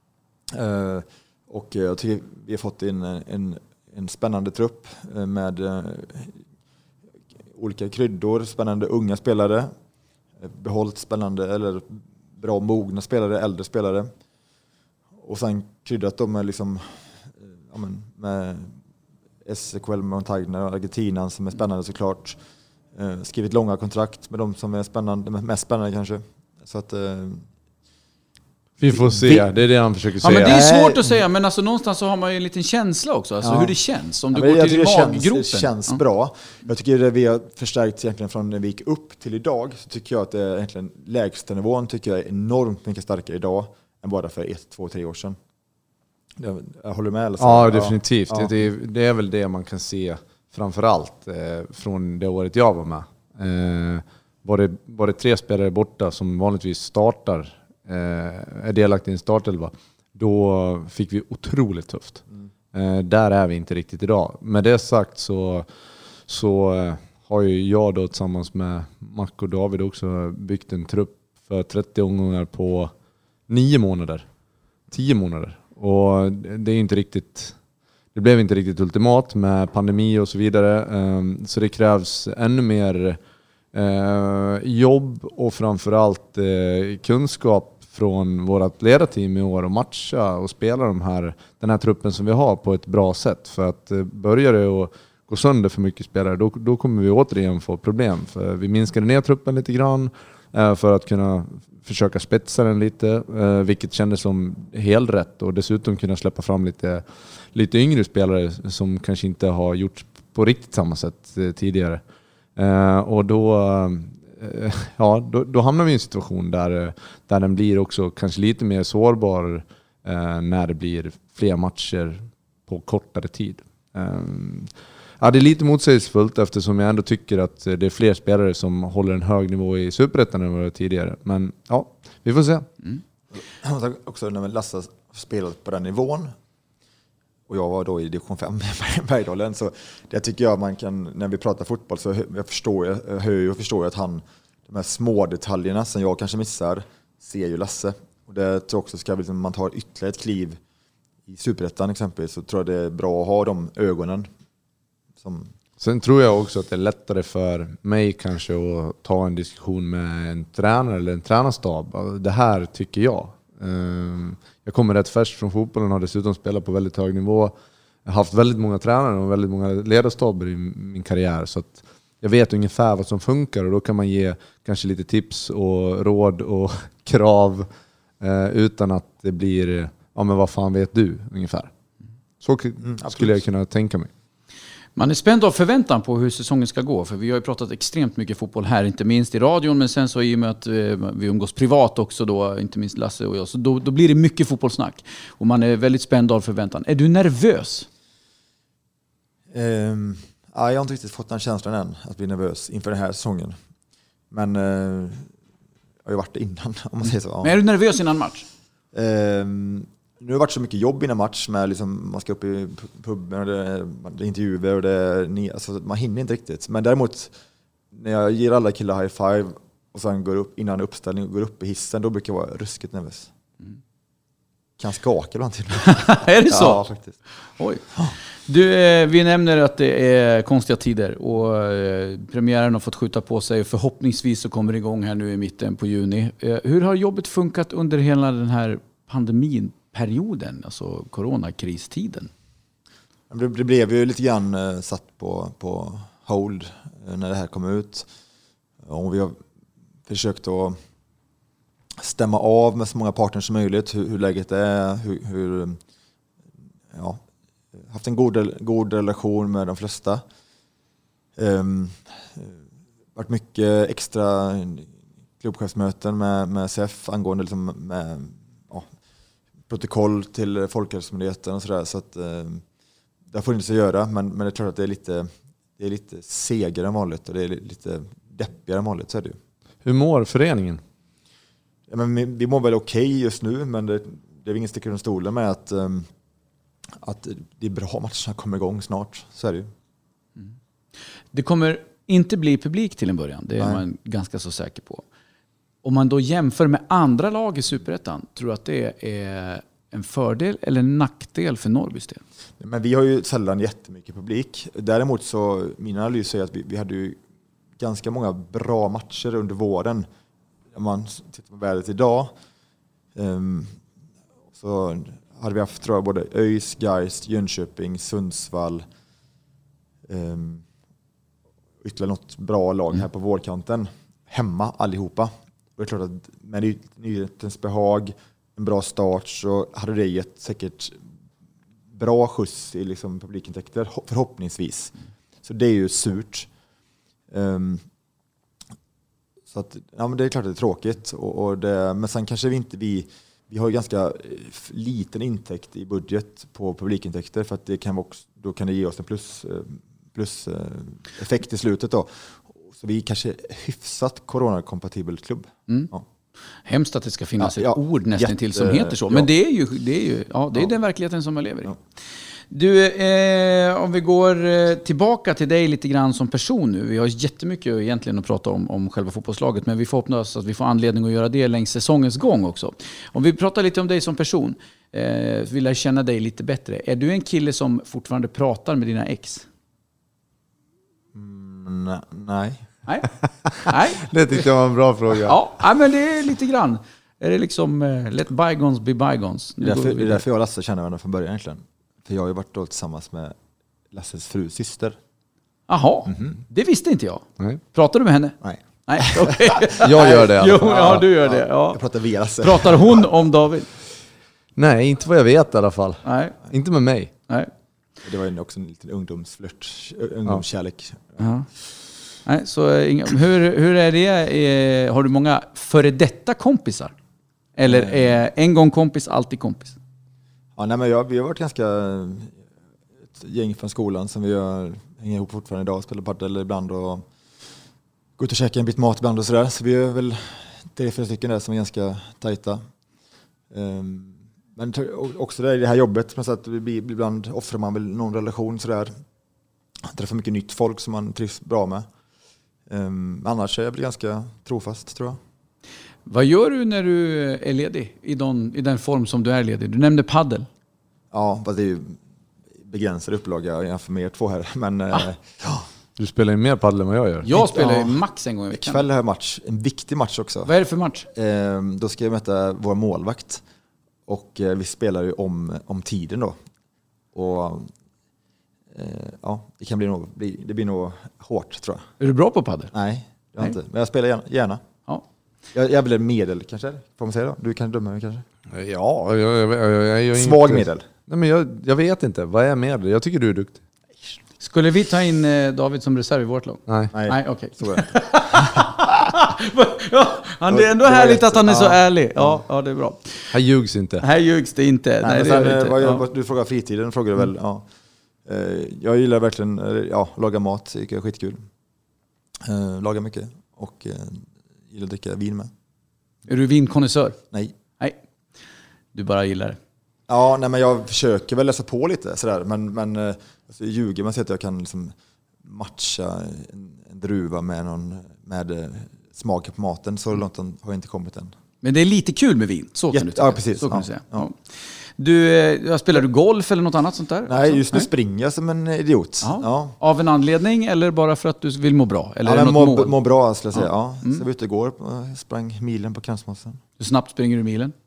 Och jag tycker vi har fått in en spännande trupp med olika kryddor, spännande unga spelare, behållit spännande eller bra mogna spelare, äldre spelare. Och sen kryddat dem med liksom med SQL Montagna och Argentina som är spännande såklart. Skrivit långa kontrakt med de som är spännande, mest spännande kanske. Så att vi får se, det är det han försöker säga. Ja, men det är svårt att säga, men alltså någonstans så har man ju en liten känsla också, alltså hur det känns om du går till maggropen. Det känns bra. Jag tycker det vi har förstärkt egentligen från när vi gick upp till idag, så tycker jag att det är egentligen lägsta nivån tycker jag är enormt mycket starkare idag än bara för 1, 2, 3 år sedan. Jag håller med. Eller så. Ja, definitivt. Ja. Det är väl det man kan se framförallt från det året jag var med. Var det 3 spelare borta som vanligtvis startar, är delaktig i en startelva, då fick vi otroligt tufft. Där är vi inte riktigt idag. Med det sagt så har ju jag då tillsammans med Mac och David också byggt en trupp för 30 omgångar på 9 månader. 10 månader. Och det är inte riktigt... Det blev inte riktigt ultimat med pandemi och så vidare. Så det krävs ännu mer jobb och framförallt kunskap från vårt ledarteam i år och matcha och spela den här truppen som vi har på ett bra sätt. För att börjar det att gå sönder för mycket spelare, då kommer vi återigen få problem. För vi minskade ner truppen lite grann för att kunna försöka spetsa den lite, vilket kändes som helt rätt. Och dessutom kunna släppa fram lite yngre spelare som kanske inte har gjort på riktigt samma sätt tidigare. Och då hamnar vi i en situation där den blir också kanske lite mer sårbar när det blir fler matcher på kortare tid. Ja, det är lite motsägelsefullt eftersom jag ändå tycker att det är fler spelare som håller en hög nivå i Superettan än vad det var tidigare. Men ja, vi får se. Också när Lasse spelat på den nivån och jag var då i division 5 i Bergdalen, så det tycker jag man kan, när vi pratar fotboll så jag förstår att han, de här små detaljerna som jag kanske missar, ser ju Lasse. Och det tror jag också ska liksom, man tar ytterligare ett kliv i Superettan exempelvis, så tror jag det är bra att ha de ögonen. Sen tror jag också att det är lättare för mig kanske att ta en diskussion med en tränare eller en tränarstab. Det här tycker jag. Jag kommer rätt färskt från fotbollen och har dessutom spelat på väldigt hög nivå. Jag har haft väldigt många tränare och väldigt många ledarstaber i min karriär, så att jag vet ungefär vad som funkar, och då kan man ge kanske lite tips och råd och krav utan att det blir, ja men vad fan vet du ungefär. Så skulle jag kunna tänka mig. Man är spänd av förväntan på hur säsongen ska gå, för vi har ju pratat extremt mycket fotboll här, inte minst i radion, men sen så i och med att vi umgås privat också då, inte minst Lasse och jag, så då blir det mycket fotbollssnack och man är väldigt spänd av förväntan. Är du nervös? Ja, jag har inte riktigt fått den känslan än att bli nervös inför den här säsongen, men jag har ju varit det innan om man säger så. Ja. Men är du nervös innan match? Nu har det varit så mycket jobb innan match med liksom, man ska upp i puben och det är intervjuer och alltså, man hinner inte riktigt. Men däremot när jag ger alla killar high five och sen går upp innan uppställning och går upp i hissen, då brukar jag vara ruskigt nervös. Kan skaka ibland till. Är det så? Ja, faktiskt. Oj. Du, vi nämner att det är konstiga tider och premiären har fått skjuta på sig. Förhoppningsvis så kommer det igång här nu i mitten på juni. Hur har jobbet funkat under hela den här pandemiperioden, alltså coronakristiden? Det blev ju lite grann satt på hold när det här kom ut. Och vi har försökt att stämma av med så många partners som möjligt hur läget är, haft en god relation med de flesta. Varit mycket extra klubbchefsmöten med CF angående liksom med protokoll till Folkhälsomyndigheten och sådär, så att det har funnits att göra, men det är klart att det är lite segare än vanligt och det är lite deppigare än vanligt, så är det ju. Hur mår föreningen? Ja, men vi mår väl okej just nu, men det är ingen sticker under stolen med att det är bra matcherna kommer igång snart, så är det ju. Det kommer inte bli publik till en början, det är man ganska så säker på. Om man då jämför med andra lag i Superettan, tror du att det är en fördel eller en nackdel för Norrbys del? Men vi har ju sällan jättemycket publik. Däremot så, min analys är att vi hade ju ganska många bra matcher under våren. Om man tittar på värdet idag så hade vi haft, tror jag, både ÖIS, Geist, Jönköping, Sundsvall, ytterligare något bra lag här på vårkanten. Hemma allihopa. Och det är klart att med nyhetens behag, en bra start, så hade det gett säkert bra skjuts i liksom publikintäkter, förhoppningsvis. Så det är ju surt. Så att, ja, men det är klart att det är tråkigt. Men sen kanske vi har ju ganska liten intäkt i budget på publikintäkter, för att då kan det ge oss en plus effekt i slutet då. Så vi är kanske hyfsat coronakompatibel klubb. Ja. Hemskt att det ska finnas ett ord nästan till som heter så. Men det är den verkligheten som man lever i. Ja. Du, om vi går tillbaka till dig lite grann som person nu. Vi har jättemycket egentligen att prata om själva fotbollslaget, men vi får hoppas att vi får anledning att göra det längs säsongens gång också. Om vi pratar lite om dig som person, vill jag känna dig lite bättre. Är du en kille som fortfarande pratar med dina ex? Nej. Nej. Det tyckte jag var en bra fråga. Ja, men det är lite grann. Är det liksom let bygones be bygones? Det är därför jag och Lasse känner varandra från början egentligen. För jag har ju varit då tillsammans med Lasses frus syster. Jaha, det visste inte jag. Nej. Pratar du med henne? Nej. Okay. Jag gör det. Jo, ja, du gör det. Ja. Jag pratar via Lasse. Pratar hon om David? Nej, inte vad jag vet i alla fall. Nej. Inte med mig. Nej. Det var ju också en liten ungdomskärlek. Ja. Nej, så hur är det? Har du många före detta kompisar? Eller är en gång kompis, alltid kompis? Ja, nej, men vi har varit ganska ett gäng från skolan som hänger ihop fortfarande idag, spelar padel ibland och går ut och käkar en bit mat ibland och sådär. Så vi är väl 3-4 stycken där som är ganska tajta. Men också det här jobbet, på något sätt, ibland offrar man väl någon relation sådär. Träffar mycket nytt folk som man trivs bra med. Annars är jag ganska trofast, tror jag. Vad gör du när du är ledig i den form som du är ledig? Du nämnde paddel. Ja, fast det är ju begränsad upplaga jämfört med er två här. Men, Du spelar ju mer paddel än vad jag gör. Jag spelar max en gång i veckan. Ikväll har jag en viktig match också. Vad är det för match? Då ska jag möta vår målvakt. Och vi spelar ju om tiden då. Och det kan blir nog hårt, tror jag. Är du bra på paddel? Nej, jag har inte. Men jag spelar gärna. Ja. Jag vill medel kanske, får man säga då? Du kan döma mig kanske. Ja, jag är svag medel. Nej, men jag vet inte. Vad är medel? Jag tycker du är duktig. Skulle vi ta in David som reserv i vårt lag? Nej, okej. Så är det. Det är ändå härligt att han är så ärlig. Ja, det är bra. Här ljugs inte. Här ljugs det inte. Nej, men sen, du frågar fritiden, frågar du väl. Ja. Jag gillar verkligen laga mat, det är skitkul. Laga mycket och gillar att dricka vin med. Är du vinkonnässör? Nej. Du bara gillar det? Ja, nej, men jag försöker väl läsa på lite sådär, men alltså, ljuger man säger att jag kan liksom matcha en druva med smaken på maten, så långt har jag inte kommit än. Men det är lite kul med vin, så kan du säga. Ja, precis. Så kan du säga. Ja. Spelar du golf eller något annat sånt där? Nej, just nu springer jag som en idiot. Ja. Av en anledning eller bara för att du vill må bra? Eller må bra, skulle jag säga. Ja. Så jag var ute igår och sprang milen på Kramsmossen. Hur snabbt springer du milen?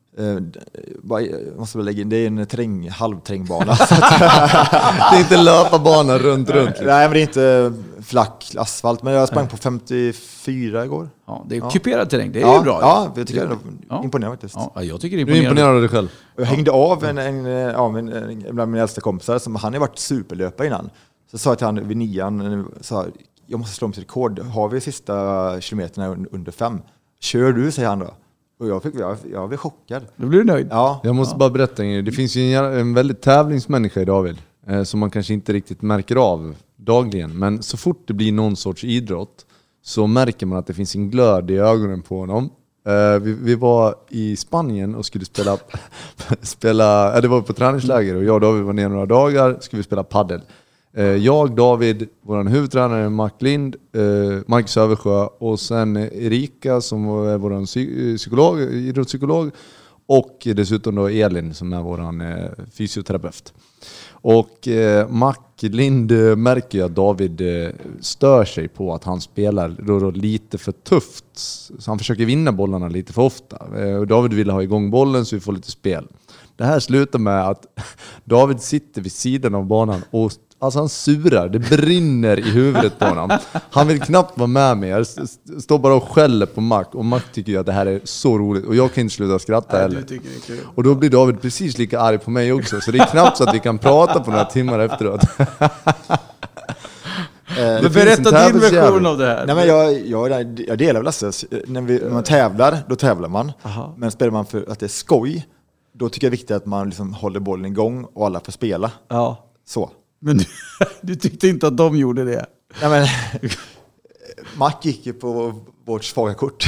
Jag måste väl lägga in, det är en halvträngbana. Det är inte löparbana runt. Liksom. Nej, men det är inte flack asfalt. Men jag sprang på 54 igår. Ja, det är kuperad terräng, det är ju bra. Ja, jag tycker det är imponerande faktiskt. Ja, jag tycker det är Du är imponerad av dig själv? Jag hängde av en bland mina äldsta kompisar, som han har varit superlöpare innan. Så sa jag till han vid 9, jag måste slå mitt rekord. Har vi sista kilometerna under 5? Kör du, säger han då. Och jag blev chockad. Då blir du nöjd. Ja. Jag måste bara berätta, det finns ju en väldigt tävlingsmänniska i David som man kanske inte riktigt märker av dagligen. Men så fort det blir någon sorts idrott så märker man att det finns en glöd i ögonen på honom. Vi var i Spanien och skulle spela det var på träningsläger, och jag och David var ner några dagar, skulle vi spela paddel. Jag, David, vår huvudtränare Mark Söversjö, och sen Erika som är vår idrottspsykolog, och dessutom då Elin som är vår fysioterapeut. Och Mac Lind märker ju att David stör sig på att han spelar då lite för tufft. Så han försöker vinna bollarna lite för ofta. Och David vill ha igång bollen så vi får lite spel. Det här slutar med att David sitter vid sidan av banan och alltså han surar, det brinner i huvudet på honom. Han vill knappt vara med mig. Jag står bara och skäller på Mac, och Mac tycker ju att det här är så roligt, och jag kan inte sluta skratta heller. Och då blir David precis lika arg på mig också, så det är knappt så att vi kan prata på några timmar efteråt. Berätta din version av det här. Nej, men jag delar väl Lasses. När man tävlar, då tävlar man. Aha. Men spelar man för att det är skoj, då tycker jag det är viktigt att man liksom håller bollen igång och alla får spela. Ja. Så. Men du tyckte inte att de gjorde det? Nej, men Mac gick ju på vårt svaga kort.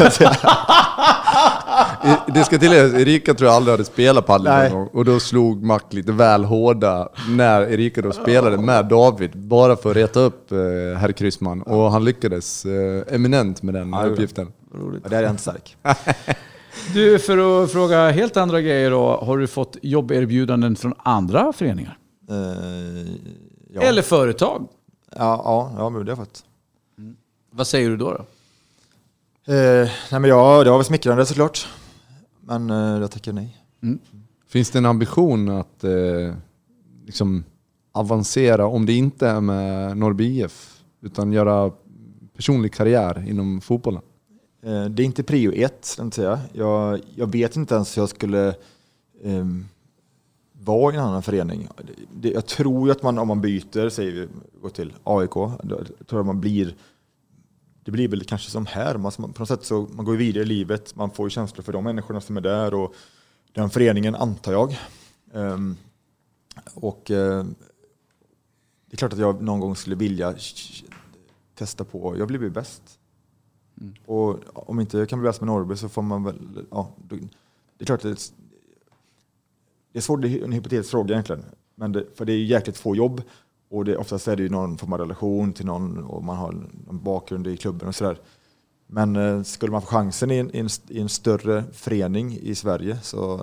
Det ska tilläggas, Erika tror jag aldrig hade spelat padel någon gång, och då slog Mac lite väl hårda när Erika då spelade med David, bara för att reta upp herr Kryssman, och han lyckades eminent med den uppgiften. Ja, det är inte stark. Du, för att fråga helt andra grejer då, har du fått jobberbjudanden från andra föreningar? Ja. Eller företag? Ja, men det har jag fått. Vad säger du då? Nej, men det var väl smickrande såklart. Men jag tackar nej. Finns det en ambition att liksom avancera, om det inte är med Norrby IF, utan göra personlig karriär inom fotbollen? Det är inte prio 1, inte jag vet inte ens hur jag skulle vara i en annan förening. Jag tror ju att om man byter, säger vi, går till AIK, då tror jag det blir väl kanske som här. På något sätt så man går vidare i livet, man får ju känslor för de människorna som är där och den föreningen, antar jag. Det är klart att jag någon gång skulle vilja testa på, jag blir bäst. Och om inte jag kan bli bäst med Norrby så får man väl, det är klart att det är svårt, det är en hypotetisk fråga egentligen. Men för det är ju jäkligt få jobb, och oftast är det ju någon form av relation till någon, och man har en bakgrund i klubben och sådär. Men skulle man få chansen i en större förening i Sverige, så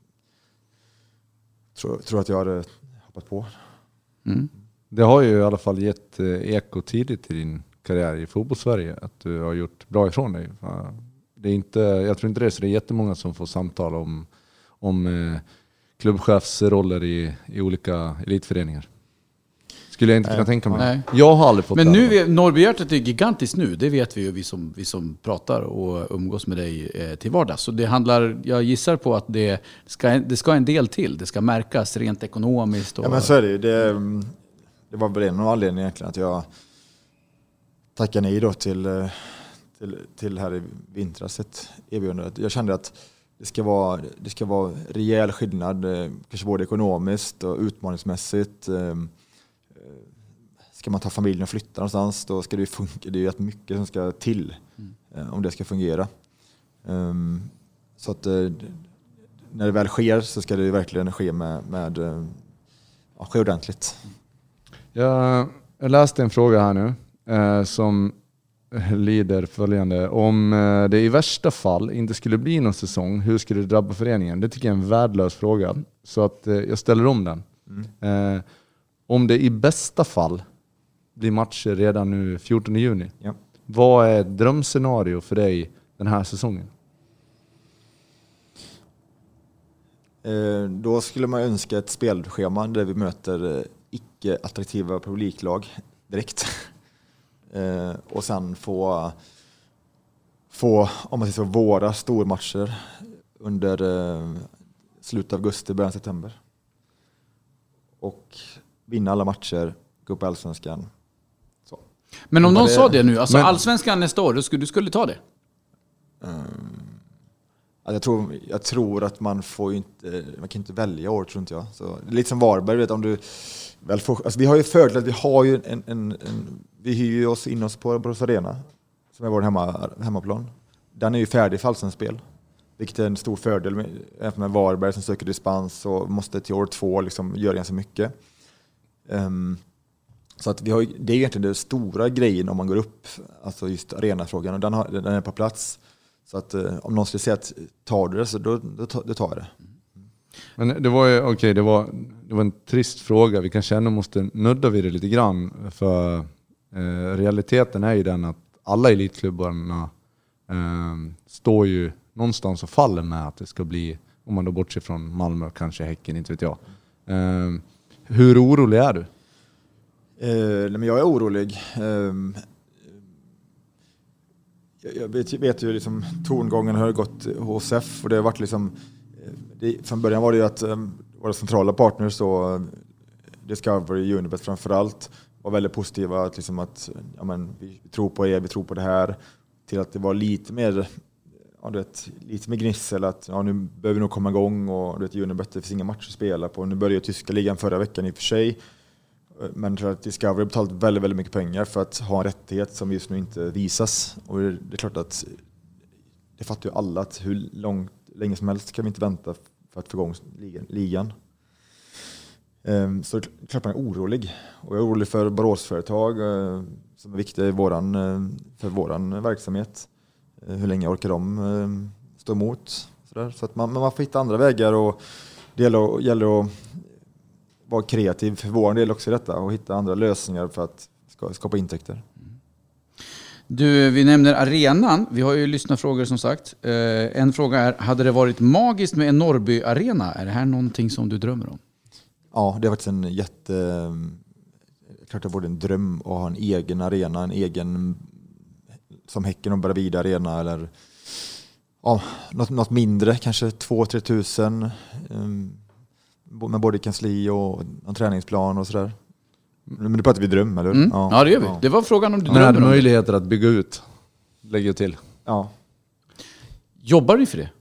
tror jag att jag hade hoppat på. Det har ju i alla fall gett eko tidigt i din karriär i fotbollssverige, att du har gjort bra ifrån dig. Det är inte, jag tror inte det är så det är jättemånga som får samtal om klubbchefsroller i olika elitföreningar. Skulle jag inte kunna tänka mig. Nej. Jag har aldrig fått det. Men nu, Norrbyhjärtat är gigantiskt nu. Det vet vi ju, vi som pratar och umgås med dig till vardags. Så det handlar, jag gissar på att det ska en del till. Det ska märkas rent ekonomiskt. Och... Ja, men så är det ju. Det var väl en av anledningarna egentligen att jag tackade nej då till här i vintras ett erbjudande. Jag kände att det ska vara rejäl skillnad, kanske både ekonomiskt och utmaningsmässigt. Ska man ta familjen och flytta någonstans, då ska det ju funka. Det är ju mycket som ska till om det ska fungera. Så att när det väl sker så ska det ju verkligen ske med ske ordentligt. Jag läste en fråga här nu som lyder följande. Om det i värsta fall inte skulle bli någon säsong, hur skulle det drabba föreningen? Det tycker jag är en värdelös fråga. Så att jag ställer om den. Om det i bästa fall blir matcher redan nu 14 juni. Ja. Vad är ett drömscenario för dig den här säsongen? Då skulle man önska ett spelschema där vi möter icke-attraktiva publiklag direkt. Och sen få om man säger så, våra stormatcher under slutet av augusti, början av september. Och vinna alla matcher, gå på Allsvenskan. Så. Men om någon sa det nu, alltså Allsvenskan nästa år, du skulle ta det? Jag tror att man kan inte välja år, tror inte jag. Så, lite som Varberg, vet, om du väl får, alltså vi har ju fördel att vi har ju vi hyr oss in oss på Borås Arena, som är vår hemmaplan. Den är ju färdig för allsvenskan, vilket är en stor fördel med Varberg som söker dispens och måste till år 2 liksom göra ganska mycket. Så att det är egentligen den stora grejen om man går upp, alltså just arenafrågan, och den är på plats. Så att om någon skulle säga att tar du det, så då tar jag det. Men det var ju det var en trist fråga. Vi kanske ändå måste nudda vid det lite grann, för realiteten är ju den att alla elitklubbarna står ju någonstans och faller med att det ska bli, om man då bortser från Malmö, kanske Häcken, inte vet jag. Hur orolig är du? Men jag är orolig. Jag vet ju liksom tongången har gått hos F, och det har varit liksom från början var det ju att våra centrala partners då, Discovery, Unibet framförallt, var väldigt positiva att liksom att vi tror på er, vi tror på det här, till att det var lite mer lite mer gnissel att nu behöver vi nog komma igång, och Unibet, det finns inga matcher att spela på. Nu började ju tyska ligan förra veckan i och för sig. Men jag tror att Discovery har betalat väldigt, väldigt mycket pengar för att ha en rättighet som just nu inte visas. Och det är klart att det fattar ju alla att hur länge som helst kan vi inte vänta för att få igång ligan. Så det är klart man är orolig. Och jag är orolig för Boråsföretag som är viktiga för våran verksamhet. Hur länge orkar de stå emot? Så att man får hitta andra vägar, och det gäller att vara kreativ för vår del också i detta och hitta andra lösningar för att skapa intäkter. Vi nämner arenan. Vi har ju lyssnarfrågor som sagt. En fråga är, hade det varit magiskt med en Norrby-arena? Är det här någonting som du drömmer om? Ja, det har varit klart det var en dröm att ha en egen arena, en egen som Häcken och Bravida arena, eller något mindre, kanske 2-3 tusen. Med både kansli och en träningsplan och sådär. Men det pratar vi dröm, eller? Mm. Ja, det gör vi. Det var frågan om du drömmer om möjligheter att bygga ut. Lägger till. Ja. Jobbar vi för det?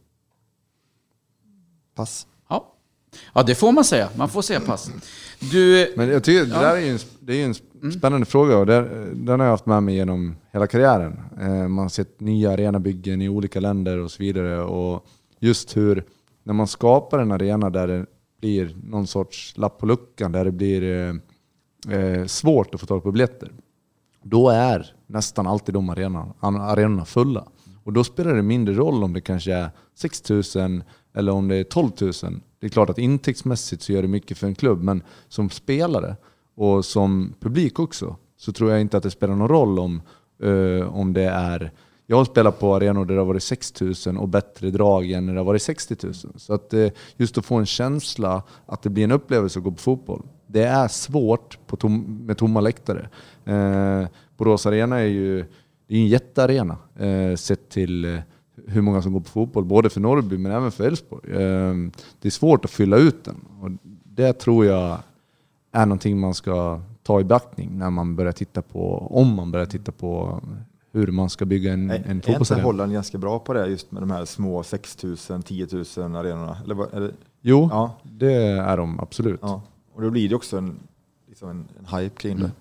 Pass. Ja, det får man säga. Man får säga pass. Men jag tycker det där är ju en spännande fråga, och den har jag haft med mig genom hela karriären. Man har sett nya arenabyggen i olika länder och så vidare, och just hur när man skapar en arena där det blir någon sorts lapp på luckan, där det blir svårt att få tag på biljetter, då är nästan alltid de arenorna fulla. Och då spelar det mindre roll om det kanske är 6 000 eller om det är 12 000. Det är klart att intäktsmässigt så gör det mycket för en klubb, men som spelare och som publik också, så tror jag inte att det spelar någon roll om det är... Jag har spelat på arenor där det har varit 6 000 och bättre drag än när det har varit 60 000. Så att just att få en känsla att det blir en upplevelse att gå på fotboll, det är svårt med tomma läktare. Borås Arena är ju en jättearena sett till hur många som går på fotboll, både för Norrby men även för Elfsborg. Det är svårt att fylla ut den, och det tror jag är någonting man ska ta i beaktning när man börjar titta på hur man ska bygga en fotbollsarena. Är inte Holland ganska bra på det, just med de här små 6 000, 10 000 arenorna? Eller? Jo, ja. Det är de absolut. Ja. Och då blir det också en hype kring det.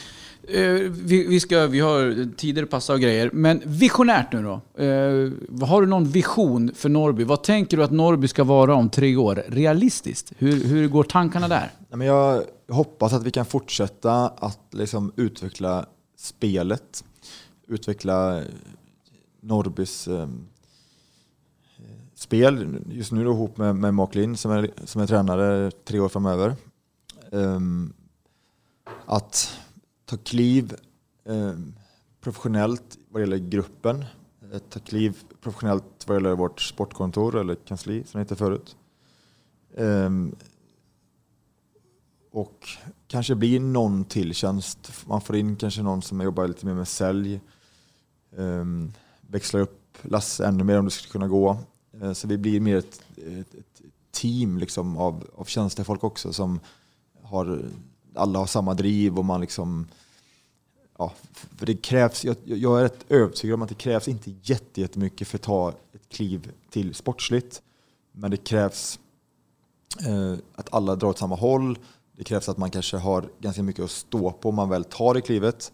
Vi har tider passa och grejer, men visionärt nu då. Har du någon vision för Norrby? Vad tänker du att Norrby ska vara om 3 år? Realistiskt? Hur går tankarna där? Men jag hoppas att vi kan fortsätta att liksom utveckla spelet. Utveckla Norrbys spel. Just nu då ihop med Mark Lind som är tränare 3 år framöver. Att ta kliv professionellt vad gäller gruppen. Ta kliv professionellt vad gäller vårt sportkontor eller kansli som det heter förut. Och kanske blir någon till tjänst. Man får in kanske någon som jobbar lite mer med sälj. Växlar upp Lasse ännu mer om det skulle kunna gå. Så vi blir mer ett team liksom av tjänstefolk också som alla har samma driv och man liksom för det krävs, jag är rätt övertygad om att det krävs inte jättemycket för att ta ett kliv till sportsligt, men det krävs att alla drar åt samma håll. Det krävs att man kanske har ganska mycket att stå på om man väl tar det klivet.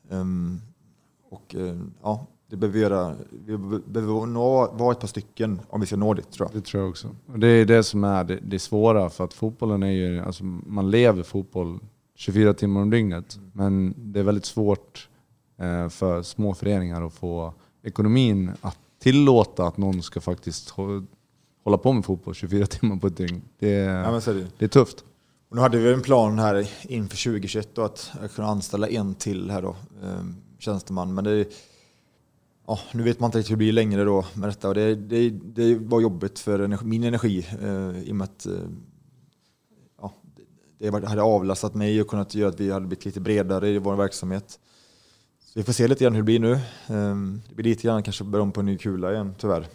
Det behöver vara ett par stycken om vi ska nå dit, tror jag. Det tror jag också. Och det är det som är det svåra, för att fotbollen är ju, alltså man lever fotboll 24 timmar om dygnet, men det är väldigt svårt för små föreningar att få ekonomin att tillåta att någon ska faktiskt hålla på med fotboll 24 timmar på ett dygn. Det är tufft. Och nu hade vi en plan här inför 2021 då, att kunna anställa en till här då, tjänsteman, men nu vet man inte riktigt hur det blir längre då med detta, och det var jobbigt för min energi i och med att det hade avlastat mig och kunnat göra att vi hade blivit lite bredare i vår verksamhet. Så vi får se lite grann hur det blir nu. Det blir lite grann kanske börja om på en ny kula igen, tyvärr.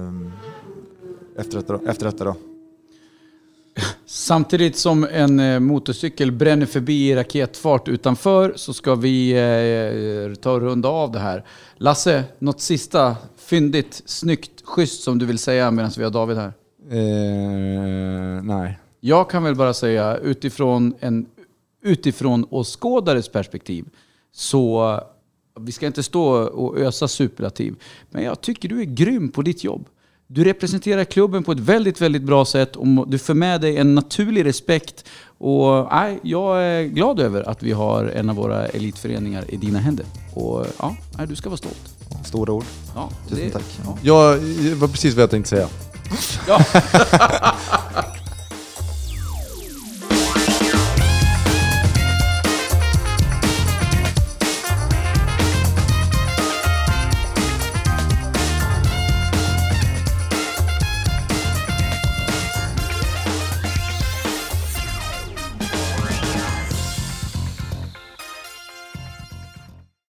Efter detta då. Samtidigt som en motorcykel bränner förbi i raketfart utanför, så ska vi ta och runda av det här. Lasse, något sista fyndigt, snyggt, schysst som du vill säga medan vi har David här? Nej. Jag kan väl bara säga utifrån åskådares perspektiv, så vi ska inte stå och ösa superlativ, men jag tycker du är grym på ditt jobb. Du representerar klubben på ett väldigt, väldigt bra sätt och du får med dig en naturlig respekt. Och jag är glad över att vi har en av våra elitföreningar i dina händer. Och du ska vara stolt. Stora ord. Ja, tusen tack. Ja. Det var precis vad jag tänkte säga. Ja.